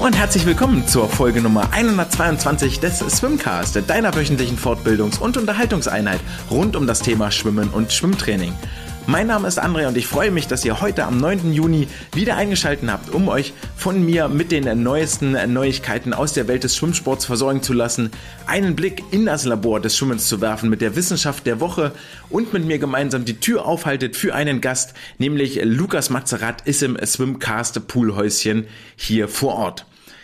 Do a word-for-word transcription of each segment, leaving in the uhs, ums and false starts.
Und herzlich willkommen zur Folge Nummer hundertzweiundzwanzig des Swimcast, deiner wöchentlichen Fortbildungs- und Unterhaltungseinheit rund um das Thema Schwimmen und Schwimmtraining. Mein Name ist André und ich freue mich, dass ihr heute am neunten Juni wieder eingeschaltet habt, um euch von mir mit den neuesten Neuigkeiten aus der Welt des Schwimmsports versorgen zu lassen, einen Blick in das Labor des Schwimmens zu werfen mit der Wissenschaft der Woche und mit mir gemeinsam die Tür aufhaltet für einen Gast, nämlich Lukas Mazerat ist im Swimcast Poolhäuschen hier vor Ort.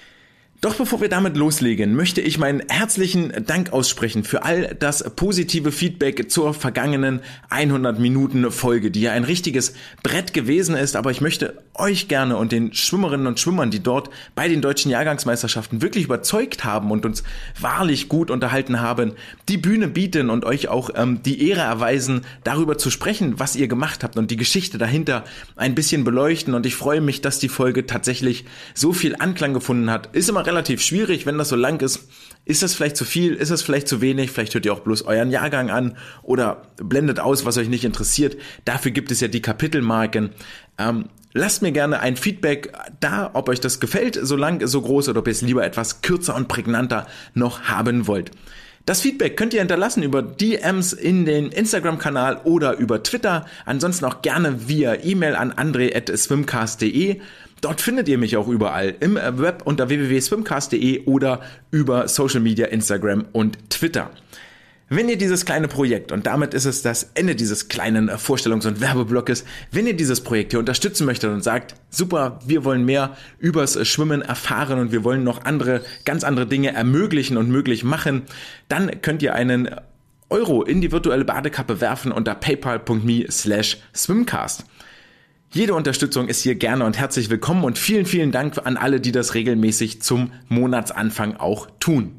Doch bevor wir damit loslegen, möchte ich meinen herzlichen Dank aussprechen für all das positive Feedback zur vergangenen hundert Minuten Folge, die ja ein richtiges Brett gewesen ist, aber ich möchte euch gerne und den Schwimmerinnen und Schwimmern, die dort bei den deutschen Jahrgangsmeisterschaften wirklich überzeugt haben und uns wahrlich gut unterhalten haben, die Bühne bieten und euch auch ähm, die Ehre erweisen, darüber zu sprechen, was ihr gemacht habt und die Geschichte dahinter ein bisschen beleuchten, und ich freue mich, dass die Folge tatsächlich so viel Anklang gefunden hat. Ist immer relativ schwierig, wenn das so lang ist. Ist das vielleicht zu viel? Ist das vielleicht zu wenig? Vielleicht hört ihr auch bloß euren Jahrgang an oder blendet aus, was euch nicht interessiert. Dafür gibt es ja die Kapitelmarken. Ähm, lasst mir gerne ein Feedback da, ob euch das gefällt, so lang, so groß, oder ob ihr es lieber etwas kürzer und prägnanter noch haben wollt. Das Feedback könnt ihr hinterlassen über D Ms in den Instagram-Kanal oder über Twitter. Ansonsten auch gerne via E-Mail an andre at swimcast punkt de. Dort findet ihr mich auch überall im Web unter w w w punkt swimcast punkt de oder über Social Media, Instagram und Twitter. Wenn ihr dieses kleine Projekt, und damit ist es das Ende dieses kleinen Vorstellungs- und Werbeblocks, wenn ihr dieses Projekt hier unterstützen möchtet und sagt, super, wir wollen mehr übers Schwimmen erfahren und wir wollen noch andere, ganz andere Dinge ermöglichen und möglich machen, dann könnt ihr einen Euro in die virtuelle Badekappe werfen unter paypal punkt me slash swimcast. Jede Unterstützung ist hier gerne und herzlich willkommen und vielen, vielen Dank an alle, die das regelmäßig zum Monatsanfang auch tun.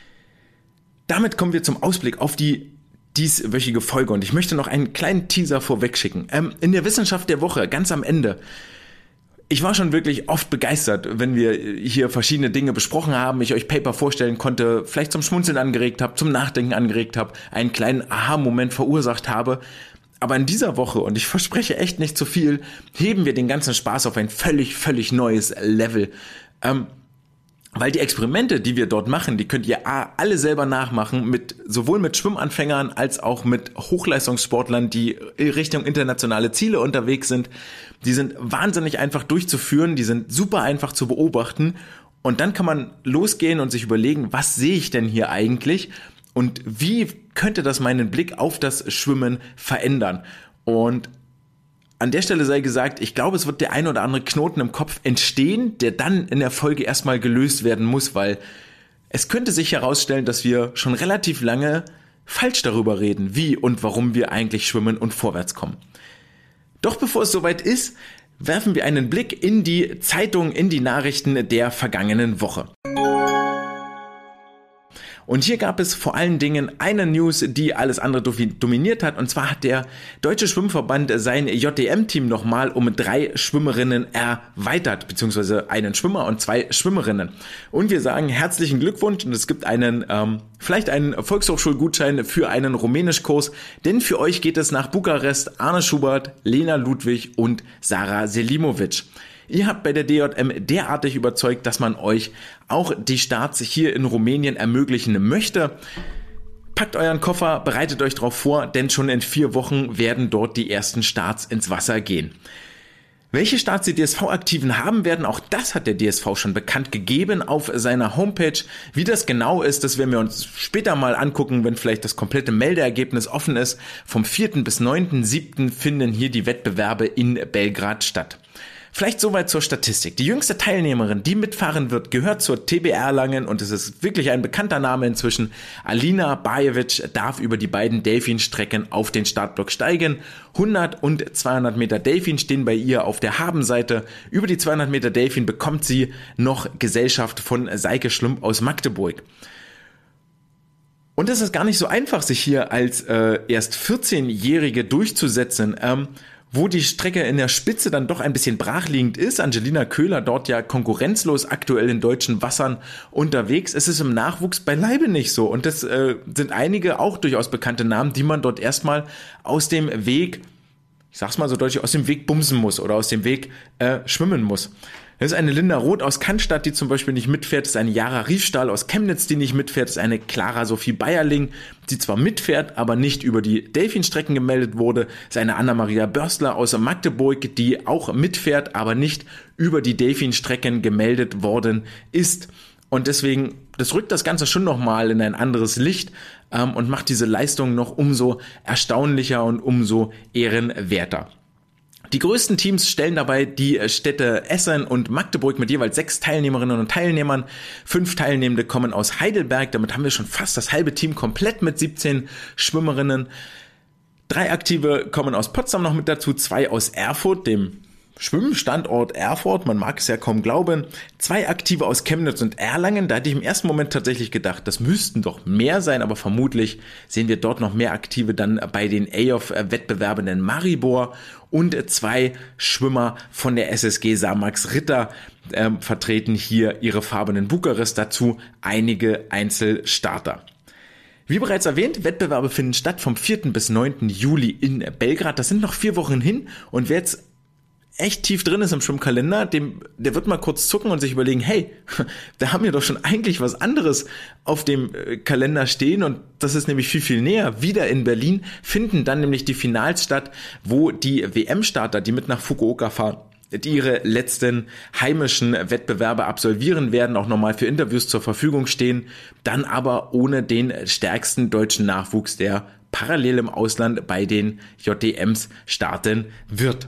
Damit kommen wir zum Ausblick auf die dieswöchige Folge und ich möchte noch einen kleinen Teaser vorwegschicken. Ähm, in der Wissenschaft der Woche, ganz am Ende, ich war schon wirklich oft begeistert, wenn wir hier verschiedene Dinge besprochen haben, ich euch Paper vorstellen konnte, vielleicht zum Schmunzeln angeregt habe, zum Nachdenken angeregt habe, einen kleinen Aha-Moment verursacht habe. Aber in dieser Woche, und ich verspreche echt nicht zu viel, heben wir den ganzen Spaß auf ein völlig, völlig neues Level. Ähm, weil die Experimente, die wir dort machen, die könnt ihr alle selber nachmachen, mit sowohl mit Schwimmanfängern als auch mit Hochleistungssportlern, die Richtung internationale Ziele unterwegs sind. Die sind wahnsinnig einfach durchzuführen, die sind super einfach zu beobachten. Und dann kann man losgehen und sich überlegen, was sehe ich denn hier eigentlich? Und wie könnte das meinen Blick auf das Schwimmen verändern? Und an der Stelle sei gesagt, ich glaube, es wird der ein oder andere Knoten im Kopf entstehen, der dann in der Folge erstmal gelöst werden muss, weil es könnte sich herausstellen, dass wir schon relativ lange falsch darüber reden, wie und warum wir eigentlich schwimmen und vorwärts kommen. Doch bevor es soweit ist, werfen wir einen Blick in die Zeitung, in die Nachrichten der vergangenen Woche. Und hier gab es vor allen Dingen eine News, die alles andere dominiert hat. Und zwar hat der Deutsche Schwimmverband sein J D M-Team nochmal um drei Schwimmerinnen erweitert, beziehungsweise einen Schwimmer und zwei Schwimmerinnen. Und wir sagen herzlichen Glückwunsch, und es gibt einen, ähm, vielleicht einen Volkshochschulgutschein für einen Rumänischkurs, denn für euch geht es nach Bukarest: Arne Schubert, Lena Ludwig und Sarah Selimovic. Ihr habt bei der D J M derartig überzeugt, dass man euch auch die Starts hier in Rumänien ermöglichen möchte. Packt euren Koffer, bereitet euch darauf vor, denn schon in vier Wochen werden dort die ersten Starts ins Wasser gehen. Welche Starts die D S V-Aktiven haben werden, auch das hat der D S V schon bekannt gegeben auf seiner Homepage. Wie das genau ist, das werden wir uns später mal angucken, wenn vielleicht das komplette Meldeergebnis offen ist. Vom vierten bis neunten siebten finden hier die Wettbewerbe in Belgrad statt. Vielleicht soweit zur Statistik. Die jüngste Teilnehmerin, die mitfahren wird, gehört zur T B Erlangen und es ist wirklich ein bekannter Name inzwischen. Alina Bajevic darf über die beiden Delfin-Strecken auf den Startblock steigen. hundert und zweihundert Meter Delfin stehen bei ihr auf der Habenseite. Über die zweihundert Meter Delfin bekommt sie noch Gesellschaft von Seike Schlump aus Magdeburg. Und es ist gar nicht so einfach, sich hier als äh, erst vierzehnjährige durchzusetzen. Ähm, Wo die Strecke in der Spitze dann doch ein bisschen brachliegend ist, Angelina Köhler dort ja konkurrenzlos aktuell in deutschen Wassern unterwegs, ist es im Nachwuchs beileibe nicht so. Und das äh, sind einige auch durchaus bekannte Namen, die man dort erstmal aus dem Weg, ich sag's mal so deutlich, aus dem Weg bumsen muss oder aus dem Weg äh, schwimmen muss. Es ist eine Linda Roth aus Cannstatt, die zum Beispiel nicht mitfährt. Es ist eine Jara Riefstahl aus Chemnitz, die nicht mitfährt. Es ist eine Clara Sophie Bayerling, die zwar mitfährt, aber nicht über die Delfinstrecken gemeldet wurde. Es ist eine Anna-Maria Börstler aus Magdeburg, die auch mitfährt, aber nicht über die Delfinstrecken gemeldet worden ist. Und deswegen, das rückt das Ganze schon nochmal in ein anderes Licht ähm, und macht diese Leistung noch umso erstaunlicher und umso ehrenwerter. Die größten Teams stellen dabei die Städte Essen und Magdeburg mit jeweils sechs Teilnehmerinnen und Teilnehmern. Fünf Teilnehmende kommen aus Heidelberg, damit haben wir schon fast das halbe Team komplett mit siebzehn Schwimmerinnen. Drei Aktive kommen aus Potsdam noch mit dazu, zwei aus Erfurt, dem Schwimmstandort Erfurt, man mag es ja kaum glauben. Zwei Aktive aus Chemnitz und Erlangen, da hätte ich im ersten Moment tatsächlich gedacht, das müssten doch mehr sein, aber vermutlich sehen wir dort noch mehr Aktive dann bei den A O F-Wettbewerben in Maribor. Und zwei Schwimmer von der S S G Samax Ritter äh, vertreten hier ihre Farben in Bukarest, dazu einige Einzelstarter. Wie bereits erwähnt, Wettbewerbe finden statt vom vierten bis neunten Juli in Belgrad. Das sind noch vier Wochen hin und wer jetzt echt tief drin ist im Schwimmkalender, dem, der wird mal kurz zucken und sich überlegen, hey, da haben wir doch schon eigentlich was anderes auf dem Kalender stehen und das ist nämlich viel, viel näher. Wieder in Berlin finden dann nämlich die Finals statt, wo die W M-Starter, die mit nach Fukuoka fahren, die ihre letzten heimischen Wettbewerbe absolvieren werden, auch nochmal für Interviews zur Verfügung stehen, dann aber ohne den stärksten deutschen Nachwuchs, der parallel im Ausland bei den J D Ms starten wird.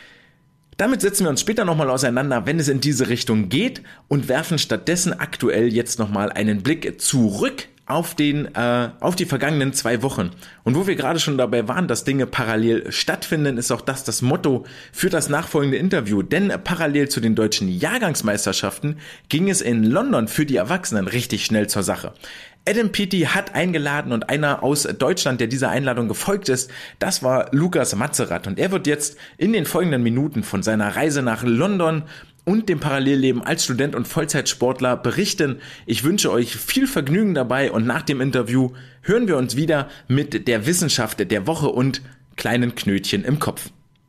Damit setzen wir uns später nochmal auseinander, wenn es in diese Richtung geht und werfen stattdessen aktuell jetzt nochmal einen Blick zurück auf den, äh, auf die vergangenen zwei Wochen. Und wo wir gerade schon dabei waren, dass Dinge parallel stattfinden, ist auch das das Motto für das nachfolgende Interview. Denn parallel zu den deutschen Jahrgangsmeisterschaften ging es in London für die Erwachsenen richtig schnell zur Sache. Adam Peaty hat eingeladen und einer aus Deutschland, der dieser Einladung gefolgt ist, das war Lukas Matzerath. Und er wird jetzt in den folgenden Minuten von seiner Reise nach London und dem Parallelleben als Student und Vollzeitsportler berichten. Ich wünsche euch viel Vergnügen dabei und nach dem Interview hören wir uns wieder mit der Wissenschaft der Woche und kleinen Knötchen im Kopf.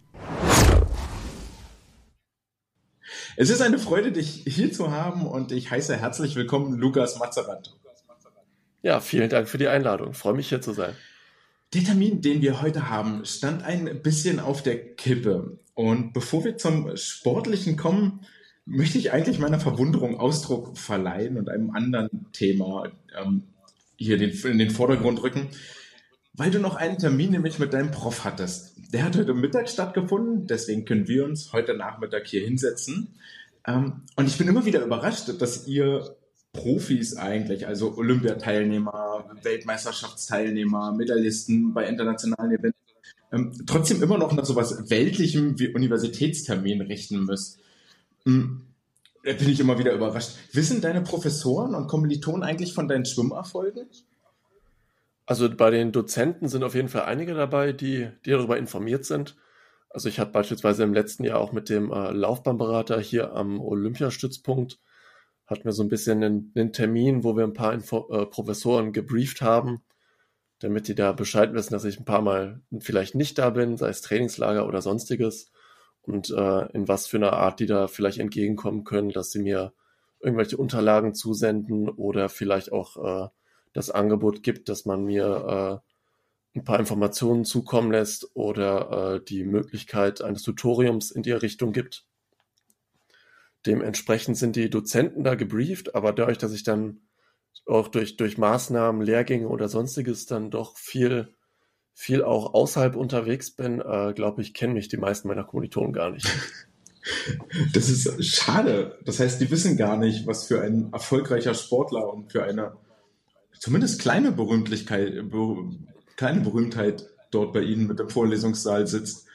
Es ist eine Freude, dich hier zu haben und ich heiße herzlich willkommen Lukas Matzerath. Ja, vielen Dank für die Einladung. Ich freue mich, hier zu sein. Der Termin, den wir heute haben, stand ein bisschen auf der Kippe. Und bevor wir zum Sportlichen kommen, möchte ich eigentlich meiner Verwunderung Ausdruck verleihen und einem anderen Thema ähm, hier den, in den Vordergrund rücken, weil du noch einen Termin nämlich mit deinem Prof hattest. Der hat heute Mittag stattgefunden, deswegen können wir uns heute Nachmittag hier hinsetzen. Ähm, und ich bin immer wieder überrascht, dass ihr Profis eigentlich, also Olympiateilnehmer, Weltmeisterschaftsteilnehmer, Medaillisten bei internationalen Events, ähm, trotzdem immer noch nach sowas Weltlichem wie Universitätstermin richten müsst. Hm, da bin ich immer wieder überrascht. Wissen deine Professoren und Kommilitonen eigentlich von deinen Schwimmerfolgen? Also bei den Dozenten sind auf jeden Fall einige dabei, die, die darüber informiert sind. Also ich hatte beispielsweise im letzten Jahr auch mit dem äh, Laufbahnberater hier am Olympiastützpunkt hatten wir so ein bisschen einen, einen Termin, wo wir ein paar Info- äh, Professoren gebrieft haben, damit die da Bescheid wissen, dass ich ein paar Mal vielleicht nicht da bin, sei es Trainingslager oder sonstiges und äh, in was für einer Art die da vielleicht entgegenkommen können, dass sie mir irgendwelche Unterlagen zusenden oder vielleicht auch äh, das Angebot gibt, dass man mir äh, ein paar Informationen zukommen lässt oder äh, die Möglichkeit eines Tutoriums in die Richtung gibt. Dementsprechend sind die Dozenten da gebrieft, aber dadurch, dass ich dann auch durch, durch Maßnahmen, Lehrgänge oder sonstiges dann doch viel, viel auch außerhalb unterwegs bin, äh, glaube ich, kennen mich die meisten meiner Kommilitonen gar nicht. Das ist schade. Das heißt, die wissen gar nicht, was für ein erfolgreicher Sportler und für eine zumindest kleine Berühmtlichkeit, ber- kleine Berühmtheit dort bei Ihnen mit im Vorlesungssaal sitzt.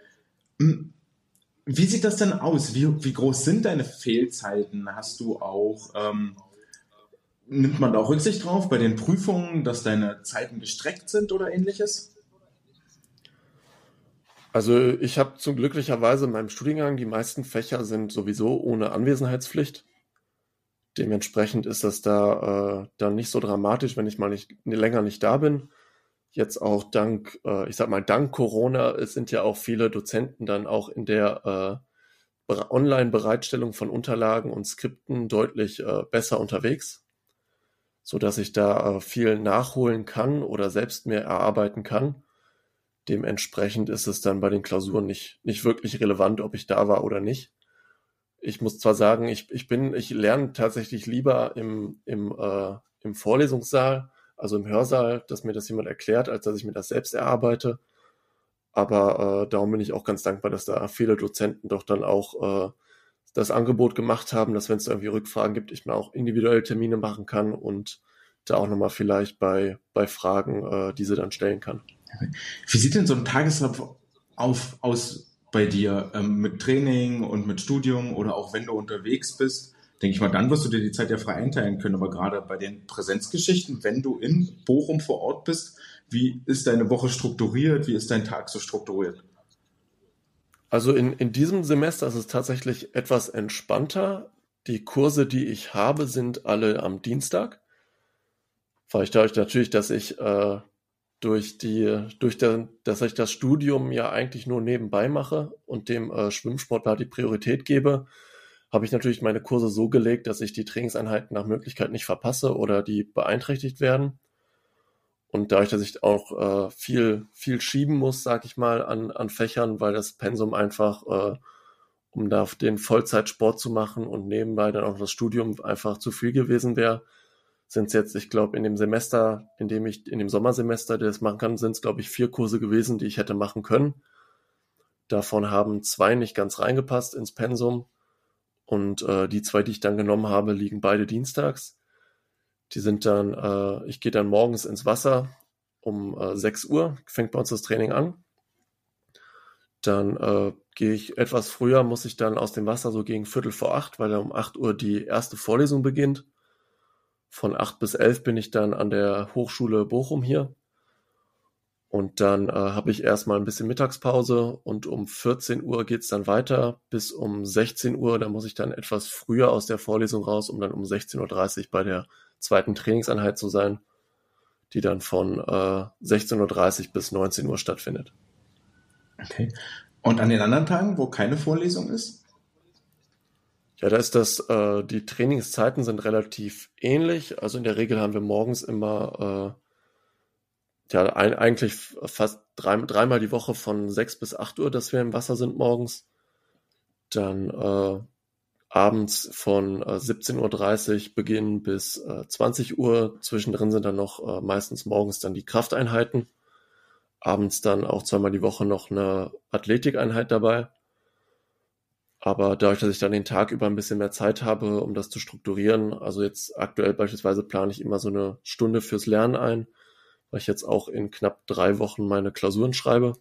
Wie sieht das denn aus? Wie, wie groß sind deine Fehlzeiten? Hast du auch, ähm, nimmt man da auch Rücksicht drauf bei den Prüfungen, dass deine Zeiten gestreckt sind oder ähnliches? Also ich habe zum glücklicherweise in meinem Studiengang, die meisten Fächer sind sowieso ohne Anwesenheitspflicht. Dementsprechend ist das da äh, dann nicht so dramatisch, wenn ich mal nicht länger nicht da bin. Jetzt auch dank, äh, ich sag mal, dank Corona es sind ja auch viele Dozenten dann auch in der äh, Online-Bereitstellung von Unterlagen und Skripten deutlich äh, besser unterwegs, sodass ich da äh, viel nachholen kann oder selbst mehr erarbeiten kann. Dementsprechend ist es dann bei den Klausuren nicht, nicht wirklich relevant, ob ich da war oder nicht. Ich muss zwar sagen, ich, ich bin, ich lerne tatsächlich lieber im, im, äh, im Vorlesungssaal, also im Hörsaal, dass mir das jemand erklärt, als dass ich mir das selbst erarbeite. Aber äh, darum bin ich auch ganz dankbar, dass da viele Dozenten doch dann auch äh, das Angebot gemacht haben, dass wenn es da irgendwie Rückfragen gibt, ich mir auch individuell Termine machen kann und da auch nochmal vielleicht bei, bei Fragen äh, diese dann stellen kann. Wie sieht denn so ein Tagesablauf auf, aus bei dir ähm, mit Training und mit Studium oder auch wenn du unterwegs bist? Denke ich mal, dann wirst du dir die Zeit ja frei einteilen können. Aber gerade bei den Präsenzgeschichten, wenn du in Bochum vor Ort bist, wie ist deine Woche strukturiert? Wie ist dein Tag so strukturiert? Also in, in diesem Semester ist es tatsächlich etwas entspannter. Die Kurse, die ich habe, sind alle am Dienstag. Weil ich dadurch natürlich, dass ich äh, durch die, durch der, dass ich das Studium ja eigentlich nur nebenbei mache und dem äh, Schwimmsport da die Priorität gebe, habe ich natürlich meine Kurse so gelegt, dass ich die Trainingseinheiten nach Möglichkeit nicht verpasse oder die beeinträchtigt werden. Und dadurch, dass ich auch äh, viel, viel schieben muss, sag ich mal, an, an Fächern, weil das Pensum einfach, äh, um da den Vollzeitsport zu machen und nebenbei dann auch das Studium einfach zu viel gewesen wäre, sind es jetzt, ich glaube, in dem Semester, in dem ich, in dem Sommersemester, der das machen kann, sind es, glaube ich, vier Kurse gewesen, die ich hätte machen können. Davon haben zwei nicht ganz reingepasst ins Pensum. Und äh, die zwei, die ich dann genommen habe, liegen beide dienstags. Die sind dann, äh, ich gehe dann morgens ins Wasser um äh, sechs Uhr, fängt bei uns das Training an. Dann äh, gehe ich etwas früher, muss ich dann aus dem Wasser so gegen Viertel vor acht, weil dann um acht Uhr die erste Vorlesung beginnt. Von acht bis elf bin ich dann an der Hochschule Bochum hier. Und dann äh, habe ich erstmal ein bisschen Mittagspause und um vierzehn Uhr geht's dann weiter bis um sechzehn Uhr. Da muss ich dann etwas früher aus der Vorlesung raus, um dann um sechzehn Uhr dreißig bei der zweiten Trainingseinheit zu sein, die dann von äh, sechzehn Uhr dreißig bis neunzehn Uhr stattfindet. Okay. Und an den anderen Tagen, wo keine Vorlesung ist? Ja, da ist das, äh, die Trainingszeiten sind relativ ähnlich. Also in der Regel haben wir morgens immer äh, ja ein, eigentlich fast drei, dreimal die Woche von sechs bis acht Uhr, dass wir im Wasser sind morgens. Dann äh, abends von äh, siebzehn Uhr dreißig Beginn bis äh, zwanzig Uhr. Zwischendrin sind dann noch äh, meistens morgens dann die Krafteinheiten. Abends dann auch zweimal die Woche noch eine Athletikeinheit dabei. Aber dadurch, dass ich dann den Tag über ein bisschen mehr Zeit habe, um das zu strukturieren, also jetzt aktuell beispielsweise plane ich immer so eine Stunde fürs Lernen ein, weil ich jetzt auch in knapp drei Wochen meine Klausuren schreibe.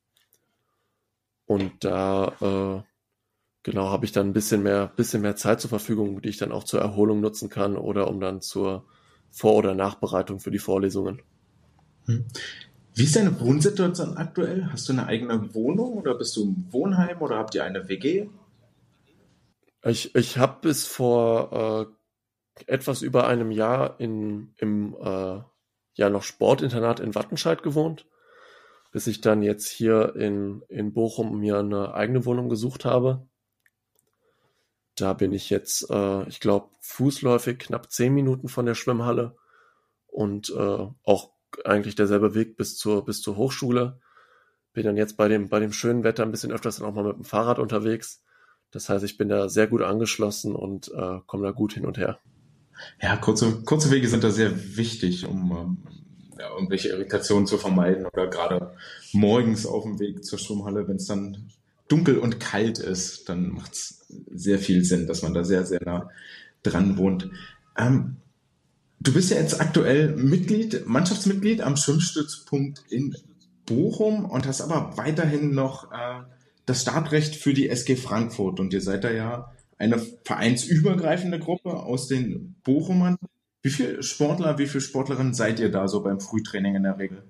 Und da äh, genau habe ich dann ein bisschen mehr, bisschen mehr Zeit zur Verfügung, die ich dann auch zur Erholung nutzen kann oder um dann zur Vor- oder Nachbereitung für die Vorlesungen. Hm. Wie ist deine Wohnsituation aktuell? Hast du eine eigene Wohnung oder bist du im Wohnheim oder habt ihr eine W G? Ich, ich habe bis vor äh, etwas über einem Jahr in, im äh, ja noch Sportinternat in Wattenscheid gewohnt, bis ich dann jetzt hier in, in Bochum mir eine eigene Wohnung gesucht habe. Da bin ich jetzt, äh, ich glaube, fußläufig knapp zehn Minuten von der Schwimmhalle und äh, auch eigentlich derselbe Weg bis zur, bis zur Hochschule. Bin dann jetzt bei dem, bei dem schönen Wetter ein bisschen öfters dann auch mal mit dem Fahrrad unterwegs. Das heißt, ich bin da sehr gut angeschlossen und äh, komme da gut hin und her. Ja, kurze, kurze Wege sind da sehr wichtig, um ähm, ja, irgendwelche Irritationen zu vermeiden oder gerade morgens auf dem Weg zur Schwimmhalle, wenn es dann dunkel und kalt ist, dann macht es sehr viel Sinn, dass man da sehr, sehr nah dran wohnt. Ähm, du bist ja jetzt aktuell Mitglied, Mannschaftsmitglied am Schwimmstützpunkt in Bochum und hast aber weiterhin noch äh, das Startrecht für die S G Frankfurt und ihr seid da ja eine vereinsübergreifende Gruppe aus den Bochumern. Wie viele Sportler, wie viele Sportlerinnen seid ihr da so beim Frühtraining in der Regel?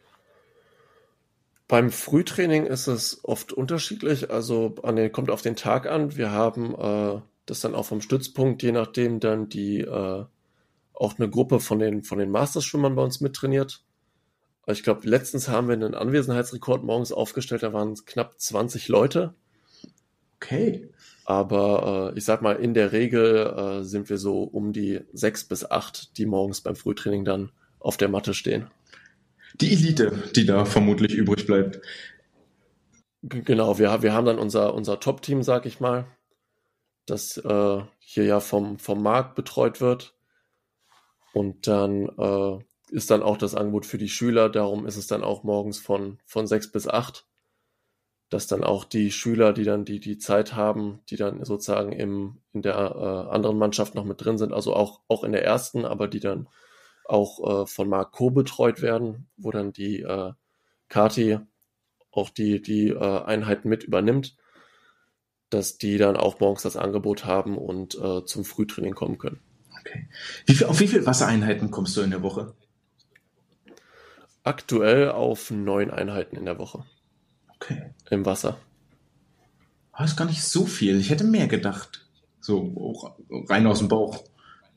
Beim Frühtraining ist es oft unterschiedlich, also an den, kommt auf den Tag an. Wir haben äh, das dann auch vom Stützpunkt, je nachdem dann die äh, auch eine Gruppe von den, von den Masterschwimmern bei uns mittrainiert. Ich glaube, letztens haben wir einen Anwesenheitsrekord morgens aufgestellt, da waren es knapp zwanzig Leute. Okay. Aber äh, ich sag mal, in der Regel äh, sind wir so um die sechs bis acht, die morgens beim Frühtraining dann auf der Matte stehen. Die Elite, die da vermutlich übrig bleibt. G- Genau, wir, ha- wir haben dann unser, unser Top-Team, sag ich mal, das äh, hier ja vom, vom Marc betreut wird. Und dann äh, ist dann auch das Angebot für die Schüler, darum ist es dann auch morgens von, von sechs bis acht, dass dann auch die Schüler, die dann die, die Zeit haben, die dann sozusagen im, in der äh, anderen Mannschaft noch mit drin sind, also auch, auch in der ersten, aber die dann auch äh, von Marc co-betreut werden, wo dann die äh, Kati auch die, die äh, Einheiten mit übernimmt, dass die dann auch morgens das Angebot haben und äh, zum Frühtraining kommen können. Okay. Wie viel, auf wie viele Wassereinheiten kommst du in der Woche? Aktuell auf neun Einheiten in der Woche Okay. im Wasser. Das ist gar nicht so viel. Ich hätte mehr gedacht. So rein aus dem Bauch.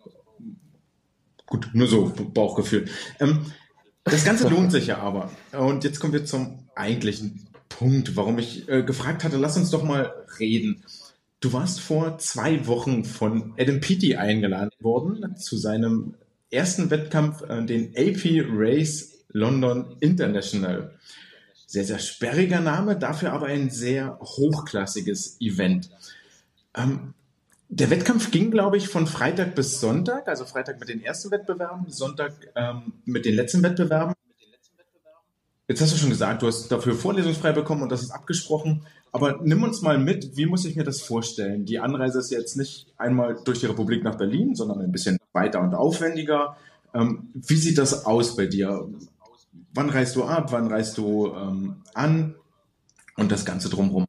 Gut, nur so Bauchgefühl. Ähm, das Ganze lohnt sich ja aber. Und jetzt kommen wir zum eigentlichen Punkt, warum ich äh, gefragt hatte, lass uns doch mal reden. Du warst vor zwei Wochen von Adam Peaty eingeladen worden zu seinem ersten Wettkampf, äh, den A P Race London International. Sehr, sehr sperriger Name, dafür aber ein sehr hochklassiges Event. Ähm, der Wettkampf ging, glaube ich, von Freitag bis Sonntag, also Freitag mit den ersten Wettbewerben, Sonntag ähm, mit den letzten Wettbewerben. Jetzt hast du schon gesagt, du hast dafür vorlesungsfrei bekommen und das ist abgesprochen. Aber nimm uns mal mit, wie muss ich mir das vorstellen? Die Anreise ist jetzt nicht einmal durch die Republik nach Berlin, sondern ein bisschen weiter und aufwendiger. Ähm, wie sieht das aus bei dir? Wann reist du ab? Wann reist du ähm, an? Und das Ganze drumherum.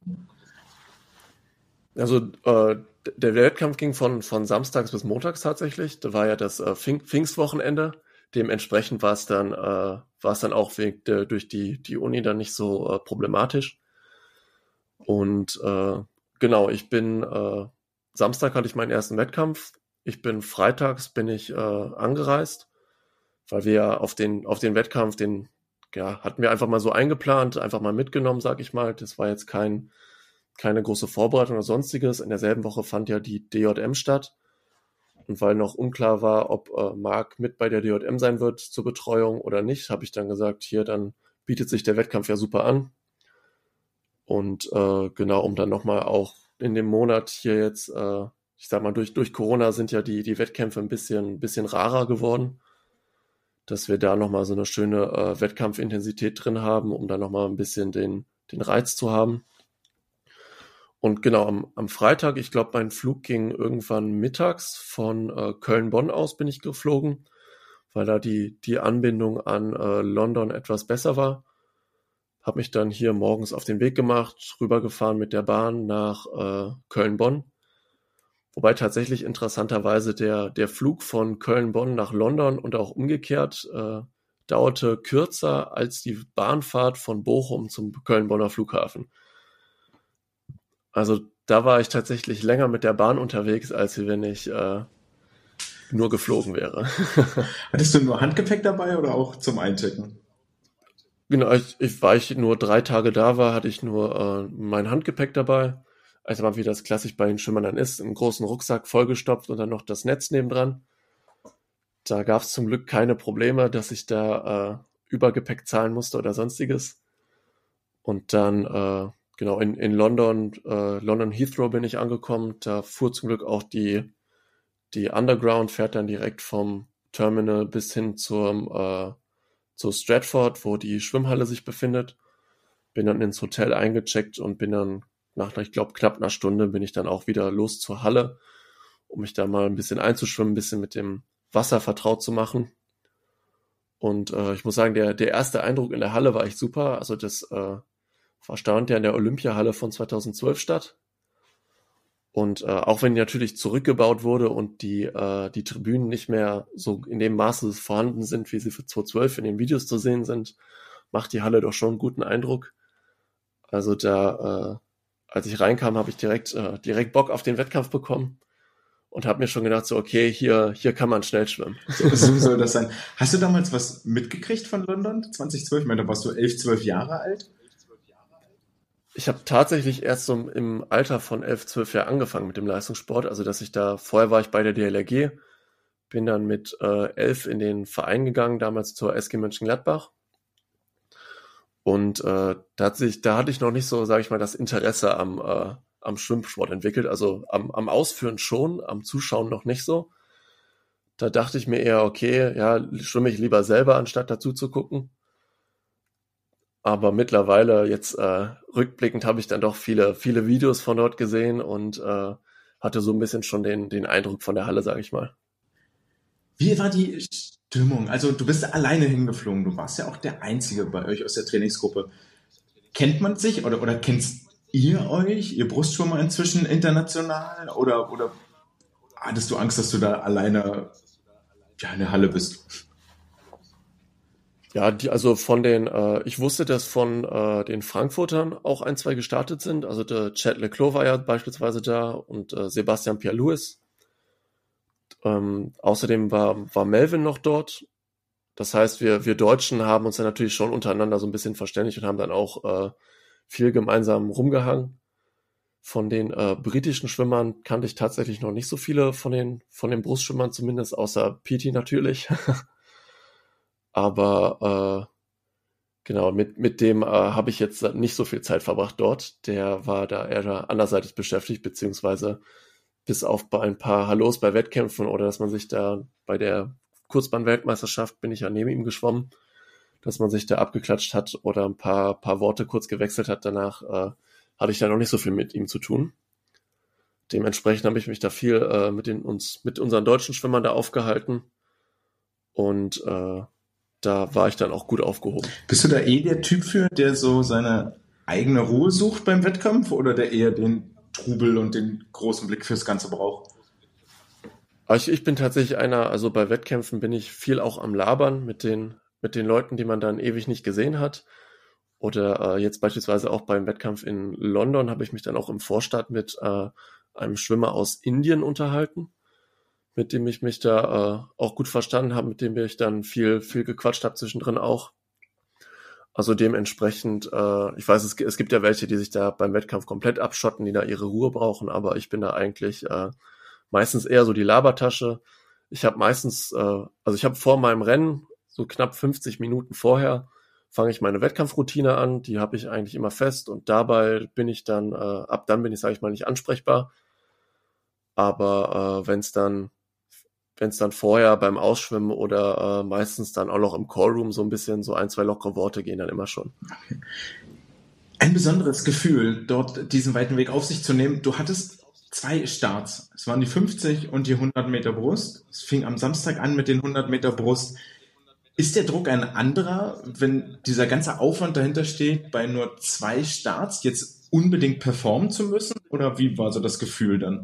Also äh, der Wettkampf ging von, von samstags bis montags tatsächlich. Da war ja das äh, Pfing Pfingstwochenende. Dementsprechend war es dann, äh, war es dann auch wegen der, durch die, die Uni dann nicht so äh, problematisch. Und äh, genau, ich bin, äh, Samstag hatte ich meinen ersten Wettkampf. Ich bin freitags bin ich äh, angereist, weil wir ja auf den, auf den Wettkampf, den ja, hatten wir einfach mal so eingeplant, einfach mal mitgenommen, sag ich mal. Das war jetzt kein, keine große Vorbereitung oder sonstiges. In derselben Woche fand ja die D J M statt. Und weil noch unklar war, ob äh, Marc mit bei der D J M sein wird zur Betreuung oder nicht, habe ich dann gesagt, hier, dann bietet sich der Wettkampf ja super an. Und äh, genau, um dann nochmal auch in dem Monat hier jetzt, äh, ich sag mal, durch, durch Corona sind ja die, die Wettkämpfe ein bisschen, bisschen rarer geworden, dass wir da nochmal so eine schöne äh, Wettkampfintensität drin haben, um da nochmal ein bisschen den, den Reiz zu haben. Und genau, am, am Freitag, ich glaube, mein Flug ging irgendwann mittags von äh, Köln-Bonn aus bin ich geflogen, weil da die, die Anbindung an äh, London etwas besser war. Habe mich dann hier morgens auf den Weg gemacht, rübergefahren mit der Bahn nach äh, Köln-Bonn. Wobei tatsächlich interessanterweise der, der Flug von Köln-Bonn nach London und auch umgekehrt äh, dauerte kürzer als die Bahnfahrt von Bochum zum Köln-Bonner Flughafen. Also da war ich tatsächlich länger mit der Bahn unterwegs, als wenn ich äh, nur geflogen wäre. Hattest du nur Handgepäck dabei oder auch zum Einchecken? Genau, ich, ich, weil ich nur drei Tage da war, hatte ich nur äh, mein Handgepäck dabei. Also mal wie das klassisch bei den Schwimmern dann ist, einen großen Rucksack vollgestopft und dann noch das Netz nebendran. Da gab es zum Glück keine Probleme, dass ich da äh, Übergepäck zahlen musste oder sonstiges. Und dann, äh, genau, in, in London, äh, London Heathrow bin ich angekommen. Da fuhr zum Glück auch die, die Underground, fährt dann direkt vom Terminal bis hin zum, äh, zu Stratford, wo die Schwimmhalle sich befindet. Bin dann ins Hotel eingecheckt und bin dann nach, ich glaube, knapp einer Stunde bin ich dann auch wieder los zur Halle, um mich da mal ein bisschen einzuschwimmen, ein bisschen mit dem Wasser vertraut zu machen. Und äh, ich muss sagen, der, der erste Eindruck in der Halle war echt super. Also das äh, stand ja in der Olympiahalle von zweitausendzwölf statt. Und äh, auch wenn die natürlich zurückgebaut wurde und die, äh, die Tribünen nicht mehr so in dem Maße vorhanden sind, wie sie für zweitausendzwölf in den Videos zu sehen sind, macht die Halle doch schon einen guten Eindruck. Also da, äh, als ich reinkam, habe ich direkt, äh, direkt Bock auf den Wettkampf bekommen und habe mir schon gedacht, so okay, hier, hier kann man schnell schwimmen. So, so soll das sein. Hast du damals was mitgekriegt von London zweitausendzwölf? Ich meine, da warst du elf, zwölf Jahre alt. Ich habe tatsächlich erst so im Alter von elf, zwölf Jahren angefangen mit dem Leistungssport. Also dass ich da, vorher war ich bei der D L R G, bin dann mit äh, elf in den Verein gegangen, damals zur S G Mönchengladbach. Und äh, da, hat sich, da hatte ich noch nicht so, sage ich mal, das Interesse am, äh, am Schwimmsport entwickelt. Also am, am Ausführen schon, am Zuschauen noch nicht so. Da dachte ich mir eher, okay, ja, schwimme ich lieber selber, anstatt dazu zu gucken. Aber mittlerweile, jetzt äh, rückblickend, habe ich dann doch viele, viele Videos von dort gesehen und äh, hatte so ein bisschen schon den, den Eindruck von der Halle, sage ich mal. Wie war die Stimmung? Also du bist alleine hingeflogen, du warst ja auch der Einzige bei euch aus der Trainingsgruppe. Kennt man sich oder, oder kennst ihr euch, ihr Brustschwimmer inzwischen international oder, oder hattest du Angst, dass du da alleine ja, in der Halle bist? Ja, die, also von den, äh, ich wusste, dass von äh, den Frankfurtern auch ein, zwei gestartet sind. Also der Chad Leclos war ja beispielsweise da und äh, Sebastian Pierre-Louis. Ähm, außerdem war, war Melvin noch dort. Das heißt, wir, wir Deutschen haben uns dann natürlich schon untereinander so ein bisschen verständigt und haben dann auch äh, viel gemeinsam rumgehangen. Von den äh, britischen Schwimmern kannte ich tatsächlich noch nicht so viele von den, von den Brustschwimmern zumindest, außer Petey natürlich. Aber äh, genau, mit, mit dem äh, habe ich jetzt nicht so viel Zeit verbracht dort. Der war da eher anderseitig beschäftigt, beziehungsweise bis auf bei ein paar Hallos bei Wettkämpfen oder dass man sich da bei der Kurzbahn-Weltmeisterschaft bin ich ja neben ihm geschwommen, dass man sich da abgeklatscht hat oder ein paar, paar Worte kurz gewechselt hat. Danach äh, hatte ich da noch nicht so viel mit ihm zu tun. Dementsprechend habe ich mich da viel äh, mit, den, uns, mit unseren deutschen Schwimmern da aufgehalten und äh, da war ich dann auch gut aufgehoben. Bist du da eh der Typ für, der so seine eigene Ruhe sucht beim Wettkampf oder der eher den Trubel und den großen Blick fürs Ganze braucht? Ich, ich bin tatsächlich einer, also bei Wettkämpfen bin ich viel auch am Labern mit den, mit den Leuten, die man dann ewig nicht gesehen hat. Oder äh, jetzt beispielsweise auch beim Wettkampf in London habe ich mich dann auch im Vorstart mit äh, einem Schwimmer aus Indien unterhalten, mit dem ich mich da äh, auch gut verstanden habe, mit dem ich dann viel, viel gequatscht habe zwischendrin auch. Also dementsprechend, äh, ich weiß, es, es gibt ja welche, die sich da beim Wettkampf komplett abschotten, die da ihre Ruhe brauchen, aber ich bin da eigentlich äh, meistens eher so die Labertasche. Ich habe meistens, äh, also ich habe vor meinem Rennen, so knapp fünfzig Minuten vorher, fange ich meine Wettkampfroutine an, die habe ich eigentlich immer fest und dabei bin ich dann, äh, ab dann bin ich, sage ich mal, nicht ansprechbar. Aber äh, wenn es dann wenn es dann vorher beim Ausschwimmen oder äh, meistens dann auch noch im Callroom so ein bisschen so ein, zwei lockere Worte gehen dann immer schon. Ein besonderes Gefühl, dort diesen weiten Weg auf sich zu nehmen. Du hattest zwei Starts. Es waren die fünfzig und die hundert Meter Brust. Es fing am Samstag an mit den hundert Meter Brust. Ist der Druck ein anderer, wenn dieser ganze Aufwand dahinter steht, bei nur zwei Starts jetzt unbedingt performen zu müssen? Oder wie war so das Gefühl dann?